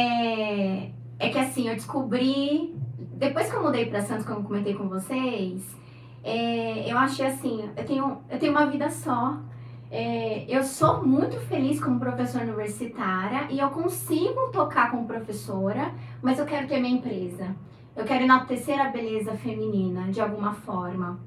É que assim, eu descobri, depois que eu mudei pra Santos, como eu comentei com vocês, eu achei assim, eu tenho uma vida só. Eu sou muito feliz como professora universitária e eu consigo tocar como professora, mas eu quero ter minha empresa. Eu quero enaltecer a beleza feminina, de alguma forma.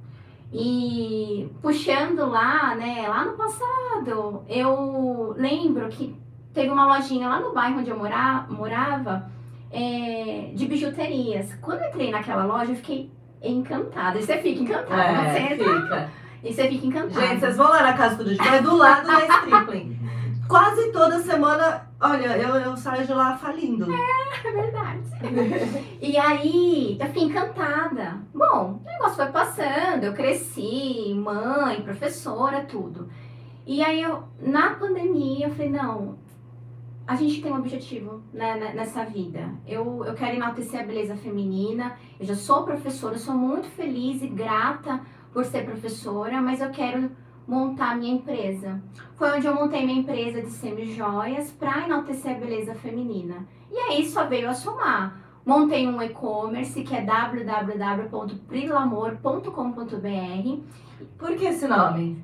E puxando lá, né, lá no passado, eu lembro que teve uma lojinha lá no bairro onde eu morava, de bijuterias. Quando eu entrei naquela loja, eu fiquei encantada. E você fica encantada, fica. E você fica encantada. Gente, vocês vão lá na Casa Tudo de Pé, do lado da Stripling. Quase toda semana, olha, eu saio de lá falindo. É verdade. E aí, eu fiquei encantada. Bom, o negócio foi passando, eu cresci, mãe, professora, tudo. E aí, na pandemia, eu falei, não, a gente tem um objetivo, né, nessa vida. Eu quero enaltecer a beleza feminina, eu já sou professora, eu sou muito feliz e grata por ser professora, mas eu quero montar minha empresa. Foi onde eu montei minha empresa de semijoias para enaltecer a beleza feminina. E aí só veio a somar. Montei um e-commerce que é www.prilamor.com.br. Por que esse nome?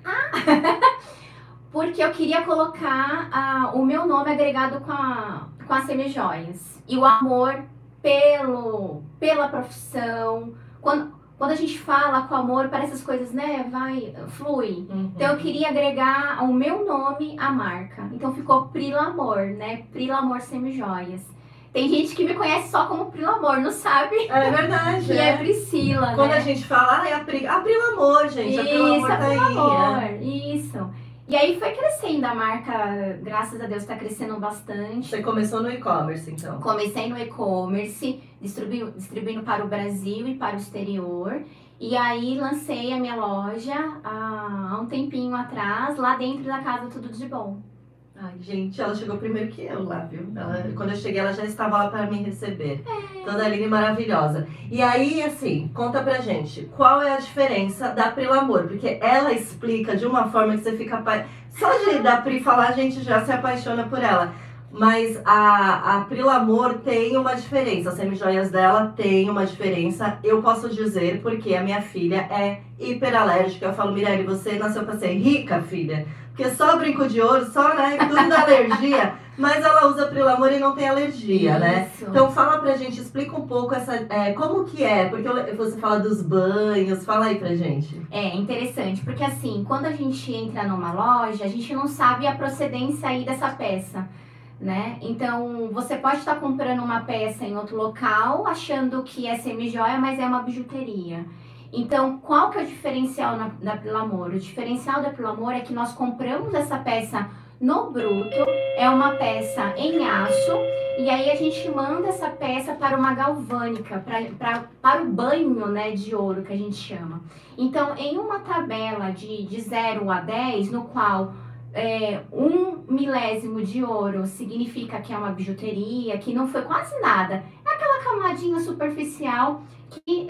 Porque eu queria colocar o meu nome agregado com as semijoias. E o amor pela profissão. Quando a gente fala com amor, parece as coisas, né, flui. Uhum. Então eu queria agregar o meu nome à marca. Então ficou Prilamor, né? Prilamor Semijoias. Tem gente que me conhece só como Prilamor, não sabe? É verdade. Que é Priscila, Quando né? a gente fala, a Prilamor, gente. A Prilamor tá aí. Isso. E aí foi crescendo a marca, graças a Deus, tá crescendo bastante. Você começou no e-commerce, então? Comecei no e-commerce, distribuindo para o Brasil e para o exterior. E aí lancei a minha loja há um tempinho atrás, lá dentro da Casa Tudo de Bom. Ai, gente, ela chegou primeiro que eu lá, viu? Quando eu cheguei, ela já estava lá para me receber. Toda linda e maravilhosa. E aí, assim, conta pra gente, qual é a diferença da Prilamor? Porque ela explica de uma forma que você fica... Só da Pri falar, a gente já se apaixona por ela. Mas a Prilamor tem uma diferença, as semijoias dela tem uma diferença. Eu posso dizer porque a minha filha é hiperalérgica. Eu falo, Mirelle, você nasceu pra ser rica, filha? Porque só brinco de ouro, só, né, tudo dá alergia. Mas ela usa Prilamor e não tem alergia, Isso. né? Então fala pra gente, explica um pouco como que é. Porque você fala dos banhos, fala aí pra gente. É interessante, porque assim, quando a gente entra numa loja, a gente não sabe a procedência aí dessa peça. né? Então, você pode estar comprando uma peça em outro local, achando que é semi-joia, mas é uma bijuteria. Então, qual que é o diferencial da Pilamor? O diferencial da Pilamor é que nós compramos essa peça no bruto, é uma peça em aço, e aí a gente manda essa peça para uma galvânica, para o banho, né, de ouro, que a gente chama. Então, em uma tabela de 0 a 10, no qual 1 milésimo de ouro significa que é uma bijuteria, que não foi quase nada, é aquela camadinha superficial que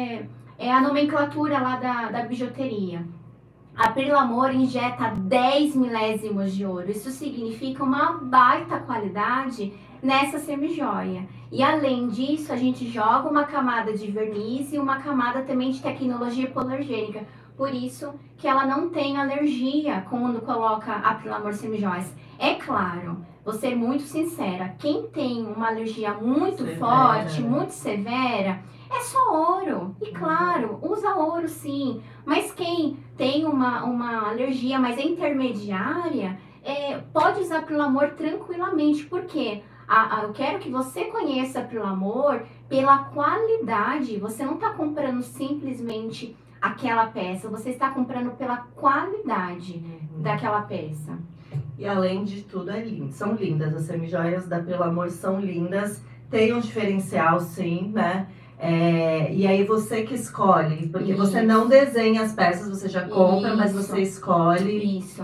é a nomenclatura lá da bijuteria. A Pilamor injeta 10 milésimos de ouro. Isso significa uma baita qualidade nessa semijoia. E além disso, a gente joga uma camada de verniz e uma camada também de tecnologia hipoalergênica. Por isso que ela não tem alergia quando coloca a Pilamor semijoias. É claro, vou ser muito sincera, quem tem uma alergia muito forte, muito severa, é só ouro. E claro, usa ouro sim. Mas quem tem uma alergia mais intermediária, pode usar Pilamor tranquilamente. Por quê? Eu quero que você conheça a Pilamor pela qualidade. Você não está comprando simplesmente aquela peça, você está comprando pela qualidade daquela peça. E além de tudo, são lindas. As semijoias da Pilamor são lindas. Tem um diferencial, sim, né? E aí você que escolhe, porque você não desenha as peças, você já compra, mas você escolhe. Isso.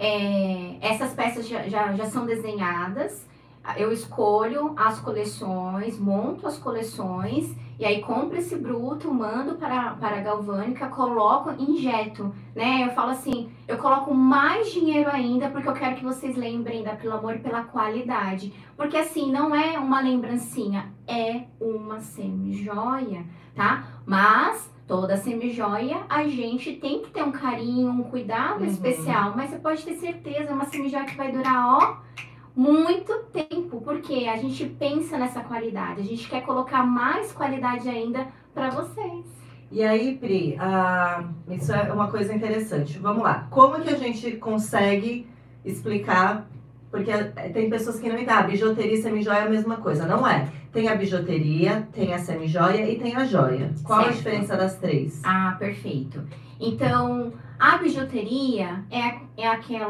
Essas peças já são desenhadas, eu escolho as coleções, monto as coleções, e aí compro esse bruto, mando para a galvânica, coloco, injeto, né? Eu falo assim, eu coloco mais dinheiro ainda, porque eu quero que vocês lembrem da Pilamor pela qualidade. Porque assim, não é uma lembrancinha, é uma semijoia, tá? Mas toda semijoia a gente tem que ter um carinho, um cuidado especial. Mas você pode ter certeza, é uma semijoia que vai durar, ó, muito tempo, porque a gente pensa nessa qualidade, a gente quer colocar mais qualidade ainda para vocês. E aí, Pri, isso é uma coisa interessante. Vamos lá, como que a gente consegue explicar? Porque tem pessoas que não entendem, bijuteria e semijoia é a mesma coisa, não é? Tem a bijuteria, tem a semijoia e tem a joia. Qual a diferença das três? Ah, perfeito. Então, a bijuteria é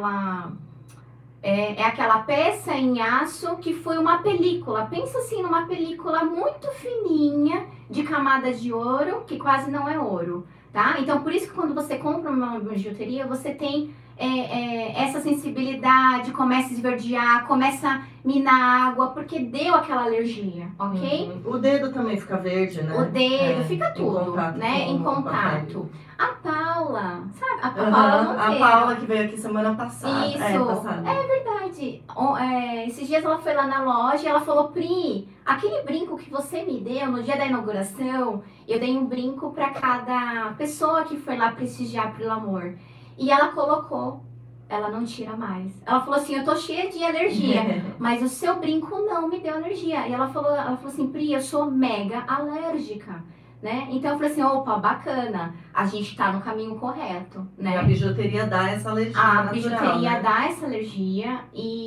aquela peça em aço que foi uma película. Pensa assim numa película muito fininha de camadas de ouro, que quase não é ouro, tá? Então, por isso que quando você compra uma bijuteria, você tem essa sensibilidade, começa a esverdear, começa a minar água, porque deu aquela alergia, ok? O dedo também fica verde, né? O dedo, fica tudo, em contato. A Paula, sabe? A Paula Monteiro. A Paula que veio aqui semana passada. Isso, é verdade. Esses dias ela foi lá na loja e ela falou, Pri, aquele brinco que você me deu no dia da inauguração, eu dei um brinco para cada pessoa que foi lá prestigiar a Pilamor. E ela colocou, ela não tira mais. Ela falou assim, eu tô cheia de alergia, mas o seu brinco não me deu alergia. E ela falou assim, Pri, eu sou mega alérgica, né? Então eu falei assim, opa, bacana, a gente tá no caminho correto, né? E a bijuteria dá essa alergia A natural, bijuteria né? dá essa alergia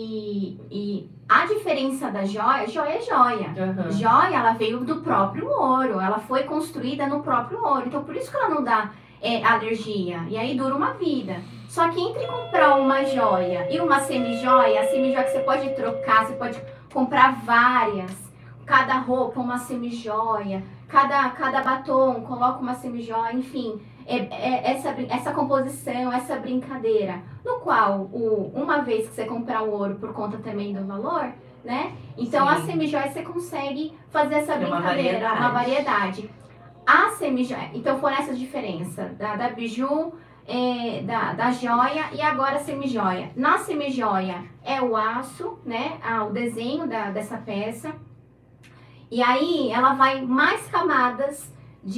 e a diferença da joia é joia. Joia, ela veio do próprio ouro, ela foi construída no próprio ouro. Então por isso que ela não dá alergia, e aí dura uma vida. Só que entre comprar uma joia e uma semijoia, a semijoia que você pode trocar, você pode comprar várias, cada roupa uma semijoia, cada batom coloca uma semijoia, enfim, essa composição, essa brincadeira, no qual uma vez que você comprar o ouro por conta também do valor, né? Então a semijoia você consegue fazer essa brincadeira, uma variedade. A semijoia, então foram essas diferenças da biju, da joia e agora a semijoia. Na semijoia é o aço, né? O desenho dessa peça. E aí ela vai mais camadas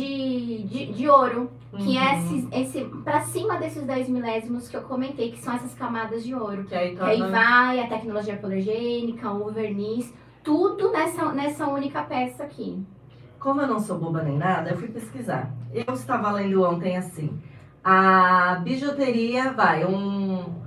de ouro, que é esse para cima desses 10 milésimos que eu comentei, que são essas camadas de ouro. Que aí vai a tecnologia hipoalergênica, o verniz, tudo nessa única peça aqui. Como eu não sou boba nem nada, eu fui pesquisar. Eu estava lendo ontem assim, a bijuteria vai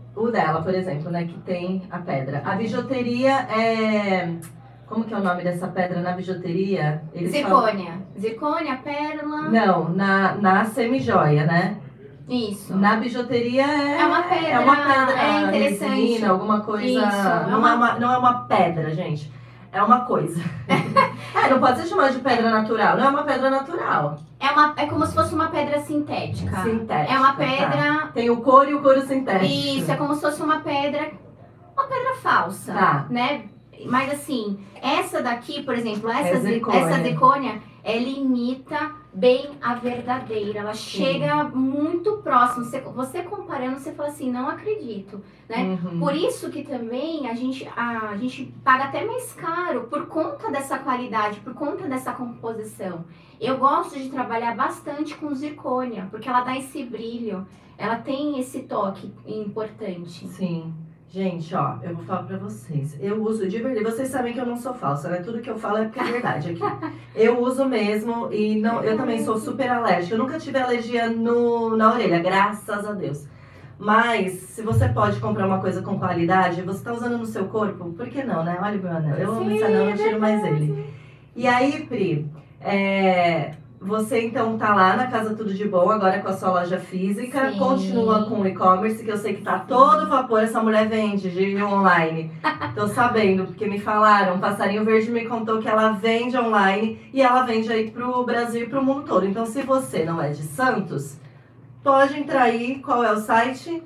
o dela, por exemplo, né, que tem a pedra. A bijuteria é... Como que é o nome dessa pedra na bijuteria? Zircônia. Zircônia, pérola. Não, na semijoia, né? Isso. Na bijuteria É uma pedra. É uma pedra É interessante. resina, alguma coisa. Isso, Não é uma pedra, gente. É uma coisa. Não pode ser chamada de pedra natural. Não é uma pedra natural. É como se fosse uma pedra sintética. Sintética. É uma pedra. Tá. Tem o couro e o couro sintético. Isso, é como se fosse uma pedra falsa. Tá. Né? Mas assim, essa daqui, por exemplo, essa zircônia. zircônia, ela imita bem a verdadeira. Ela chega muito próximo. Você comparando, você fala assim, não acredito, né? Uhum. Por isso que também a gente paga até mais caro por conta dessa qualidade, por conta dessa composição. Eu gosto de trabalhar bastante com zircônia, porque ela dá esse brilho, ela tem esse toque importante. Sim. Gente, ó, eu vou falar pra vocês. Eu uso de verdade. Vocês sabem que eu não sou falsa, né? Tudo que eu falo é porque é verdade aqui. Eu uso mesmo e não, eu também sou super alérgica. Eu nunca tive alergia na orelha, graças a Deus. Mas, se você pode comprar uma coisa com qualidade, você tá usando no seu corpo, por que não, né? Olha o meu anel. Eu amo esse anel, eu tiro mais ele. E aí, Pri, você então tá lá na Casa Tudo de Bom, agora com a sua loja física, Sim. Continua com o e-commerce, que eu sei que tá todo vapor, essa mulher vende de online. Tô sabendo, porque me falaram, o Passarinho Verde me contou que ela vende online e ela vende aí pro Brasil e pro mundo todo. Então, se você não é de Santos, pode entrar aí, qual é o site?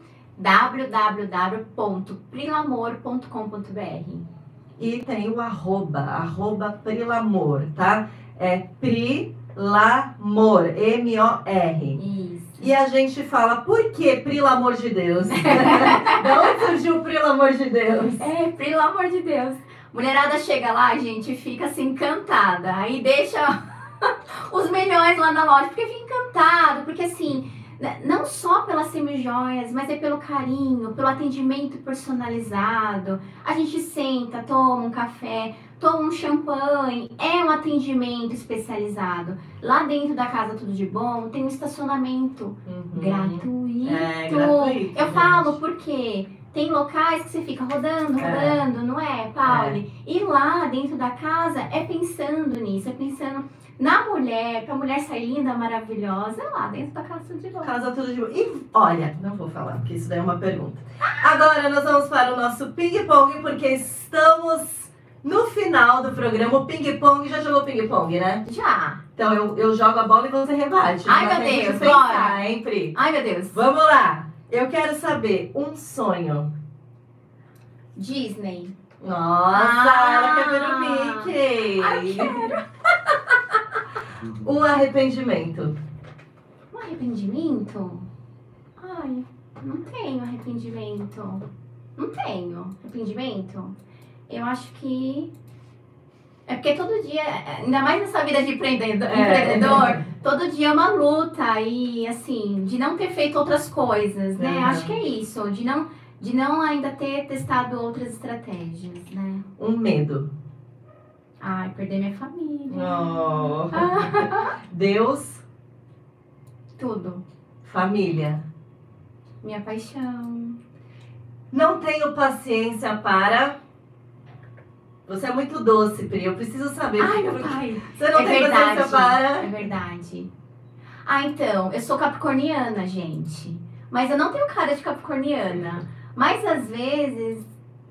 www.prilamor.com.br. E tem o arroba Prilamor, tá? É Prilamor, M-O-R. Isso. E a gente fala, por que, pelo amor de Deus? Da onde surgiu o pelo amor de Deus? Pelo amor de Deus. Mulherada chega lá, gente, fica assim, encantada. Aí deixa os milhões lá na loja, porque fica encantado, porque assim, não só pelas semijoias, mas é pelo carinho, pelo atendimento personalizado. A gente senta, toma um café, toma um champanhe, é um atendimento especializado. Lá dentro da Casa Tudo de Bom tem um estacionamento gratuito. É, gratuito, Eu gente. falo porque tem locais que você fica rodando, não é, Pauli? E lá dentro da casa é pensando nisso, é pensando na mulher, pra mulher sair linda, maravilhosa, é lá dentro da Casa Tudo de Bom. Casa Tudo de Bom. E olha, não vou falar, porque isso daí é uma pergunta. Agora nós vamos para o nosso ping-pong, porque estamos no final do programa. O ping-pong, já jogou ping-pong, né? Já. Então eu jogo a bola e você rebate. Ai, Dá meu tempo de Deus, pensar, bora. hein, Pri? Ai, meu Deus. Vamos lá. Eu quero saber um sonho. Disney. Nossa, ela quer ver o Mickey. Ai, quero. Um arrependimento. Um arrependimento? Ai, não tenho arrependimento. Não tenho arrependimento. Eu acho que... É porque todo dia, ainda mais nessa vida de empreendedor, todo dia é uma luta e, assim, de não ter feito outras coisas, né? Acho que é isso, de não ainda ter testado outras estratégias, né? Um medo. Ai, perder minha família. Oh. Deus, Tudo. família. Minha paixão. Não tenho paciência para... Você é muito doce, Pri. Eu preciso saber. Ai, meu por que pai. Você não tem paciência para... É verdade. Ah, então, eu sou capricorniana, gente. Mas eu não tenho cara de capricorniana. Mas às vezes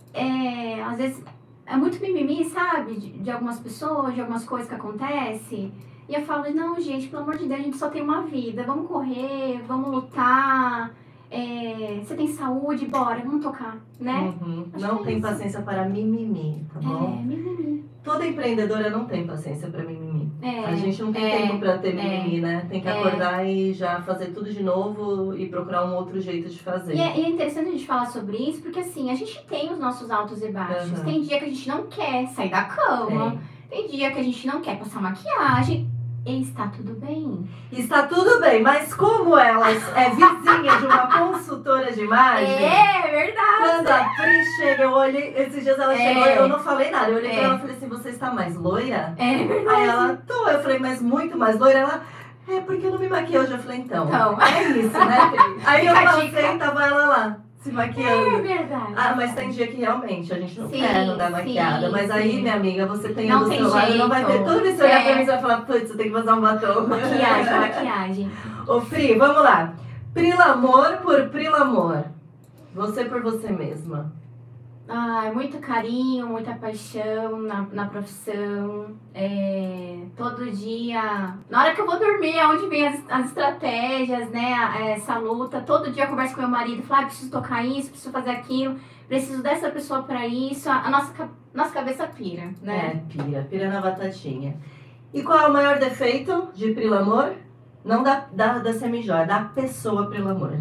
é muito mimimi, sabe? De algumas pessoas, de algumas coisas que acontecem. E eu falo, não, gente, pelo amor de Deus, a gente só tem uma vida. Vamos correr, vamos lutar. Você tem saúde, bora, vamos tocar, né? Não que tem é isso. paciência para mimimi, tá bom? Mimimi. Toda empreendedora não tem paciência para mimimi. É, A gente não tem tempo para ter mimimi, né? Tem que acordar e já fazer tudo de novo e procurar um outro jeito de fazer. E é interessante a gente falar sobre isso, porque assim, a gente tem os nossos altos e baixos. Tem dia que a gente não quer sair da cama, tem dia que a gente não quer passar maquiagem. E está tudo bem. Está tudo bem, mas como ela é vizinha de uma consultora de imagem... É verdade. Quando a Pri chega, eu olhei... Esses dias ela chegou e eu não falei nada. Eu olhei pra ela e falei assim, você está mais loira? É verdade. Aí ela, tô. Eu falei, mas muito mais loira? Ela, porque eu não me maquiei hoje. Eu falei, então. É isso, né, Pri? Aí eu Fica a passei dica. e tava ela lá. se É maquiando. verdade. Ah, mas tem dia que realmente a gente não Sim, quer não dar sim, maquiada. Mas aí, sim. minha amiga, você tem Não do tem seu lado, não vai ter. jeito. Toda vez que você olhar É. pra mim, você vai falar, putz, eu tenho que passar um batom. Maquiagem, maquiagem. Ô, Pri, vamos lá. Prilamor por Prilamor. Você por você mesma. Ai, muito carinho, muita paixão na profissão. Todo dia. Na hora que eu vou dormir, é onde vem as estratégias, né? Essa luta. Todo dia eu converso com meu marido, falo, preciso tocar isso, preciso fazer aquilo, preciso dessa pessoa pra isso. A nossa cabeça pira, né? Pira na batatinha. E qual é o maior defeito de Prilamor? Não da semijóia, da pessoa Prilamor.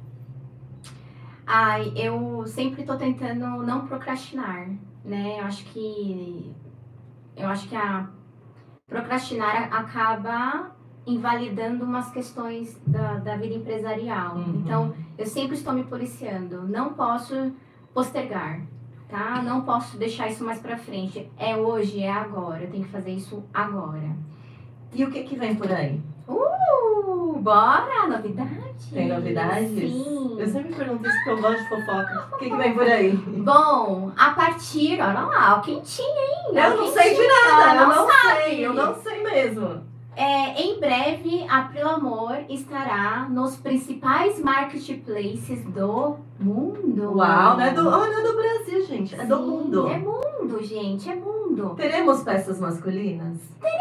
Ai, eu sempre tô tentando não procrastinar, né? Eu acho que a procrastinar acaba invalidando umas questões da vida empresarial. Uhum. Então, eu sempre estou me policiando. Não posso postergar, tá? Não posso deixar isso mais pra frente. É hoje, é agora. Eu tenho que fazer isso agora. E o que vem por aí? Bora! Novidade? Tem novidades? Sim. Eu sempre pergunto isso porque eu gosto de fofoca. O que vem por aí? Bom, a partir... Olha lá, ó, quentinho, hein? Eu não sei de nada, eu não sei mesmo. Em breve, a Prilamor estará nos principais marketplaces do mundo. Uau, não é do Brasil, gente, é do Sim, mundo. É mundo, gente, é mundo. Teremos peças masculinas?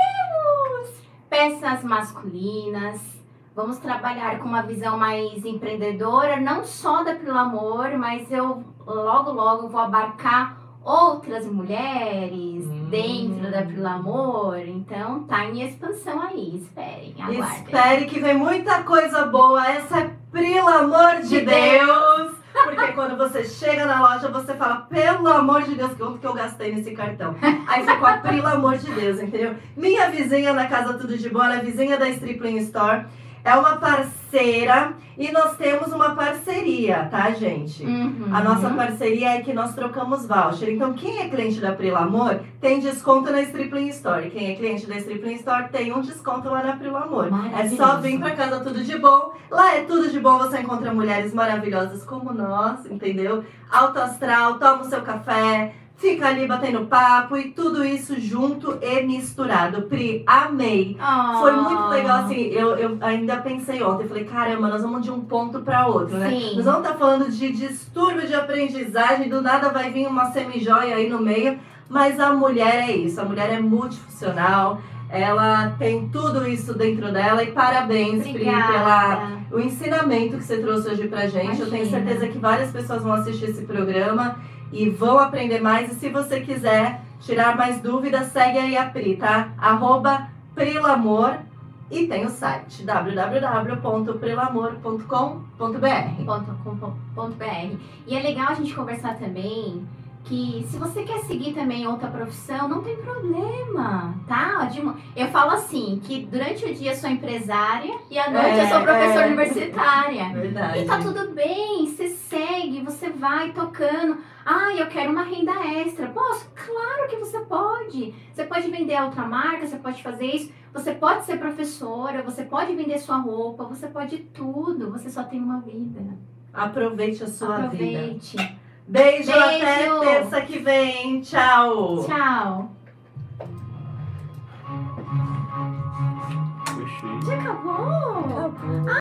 Peças masculinas. Vamos trabalhar com uma visão mais empreendedora, não só da Prilamor, mas eu logo vou abarcar outras mulheres dentro da Prilamor. Então tá em expansão aí, esperem, aguardem. Espere que vem muita coisa boa, essa é Prilamor de Deus! Porque quando você chega na loja, você fala, pelo amor de Deus, quanto que eu gastei nesse cartão? Aí ficou a pelo amor de Deus, entendeu? Minha vizinha na Casa Tudo de Bom, ela é vizinha da Stripling Store, é uma parceira e nós temos uma parceria, tá, gente? A nossa parceria é que nós trocamos voucher. Então, quem é cliente da Prilamor tem desconto na Stripling Store. Quem é cliente da Stripling Store tem um desconto lá na Prilamor. É só vir pra Casa Tudo de Bom. Lá é tudo de bom, você encontra mulheres maravilhosas como nós, entendeu? Alto astral, toma o seu café, fica ali batendo papo e tudo isso junto e misturado. Pri, amei. Foi muito legal, assim, eu ainda pensei ontem, falei, caramba, nós vamos de um ponto para outro, né? Sim. Nós vamos estar falando de distúrbio de aprendizagem, do nada vai vir uma semijóia aí no meio, mas a mulher é isso, a mulher é multifuncional, ela tem tudo isso dentro dela e parabéns, Pri, pelo ensinamento que você trouxe hoje pra gente. Imagina. Eu tenho certeza que várias pessoas vão assistir esse programa e vão aprender mais. E se você quiser tirar mais dúvidas, segue aí a Pri, tá? @Prilamor e tem o site www.prilamor.com.br. E é legal a gente conversar também que se você quer seguir também outra profissão, não tem problema, tá? Eu falo assim, que durante o dia eu sou empresária e à noite eu sou professora universitária. Verdade. E tá tudo bem, você segue, você vai tocando. Ah, eu quero uma renda extra. Posso? Claro que você pode. Você pode vender a outra marca, você pode fazer isso. Você pode ser professora, você pode vender sua roupa, você pode tudo. Você só tem uma vida. Aproveite a sua vida. Aproveite. Beijo, até terça que vem. Tchau. Tchau. Fechei. Já acabou? Acabou.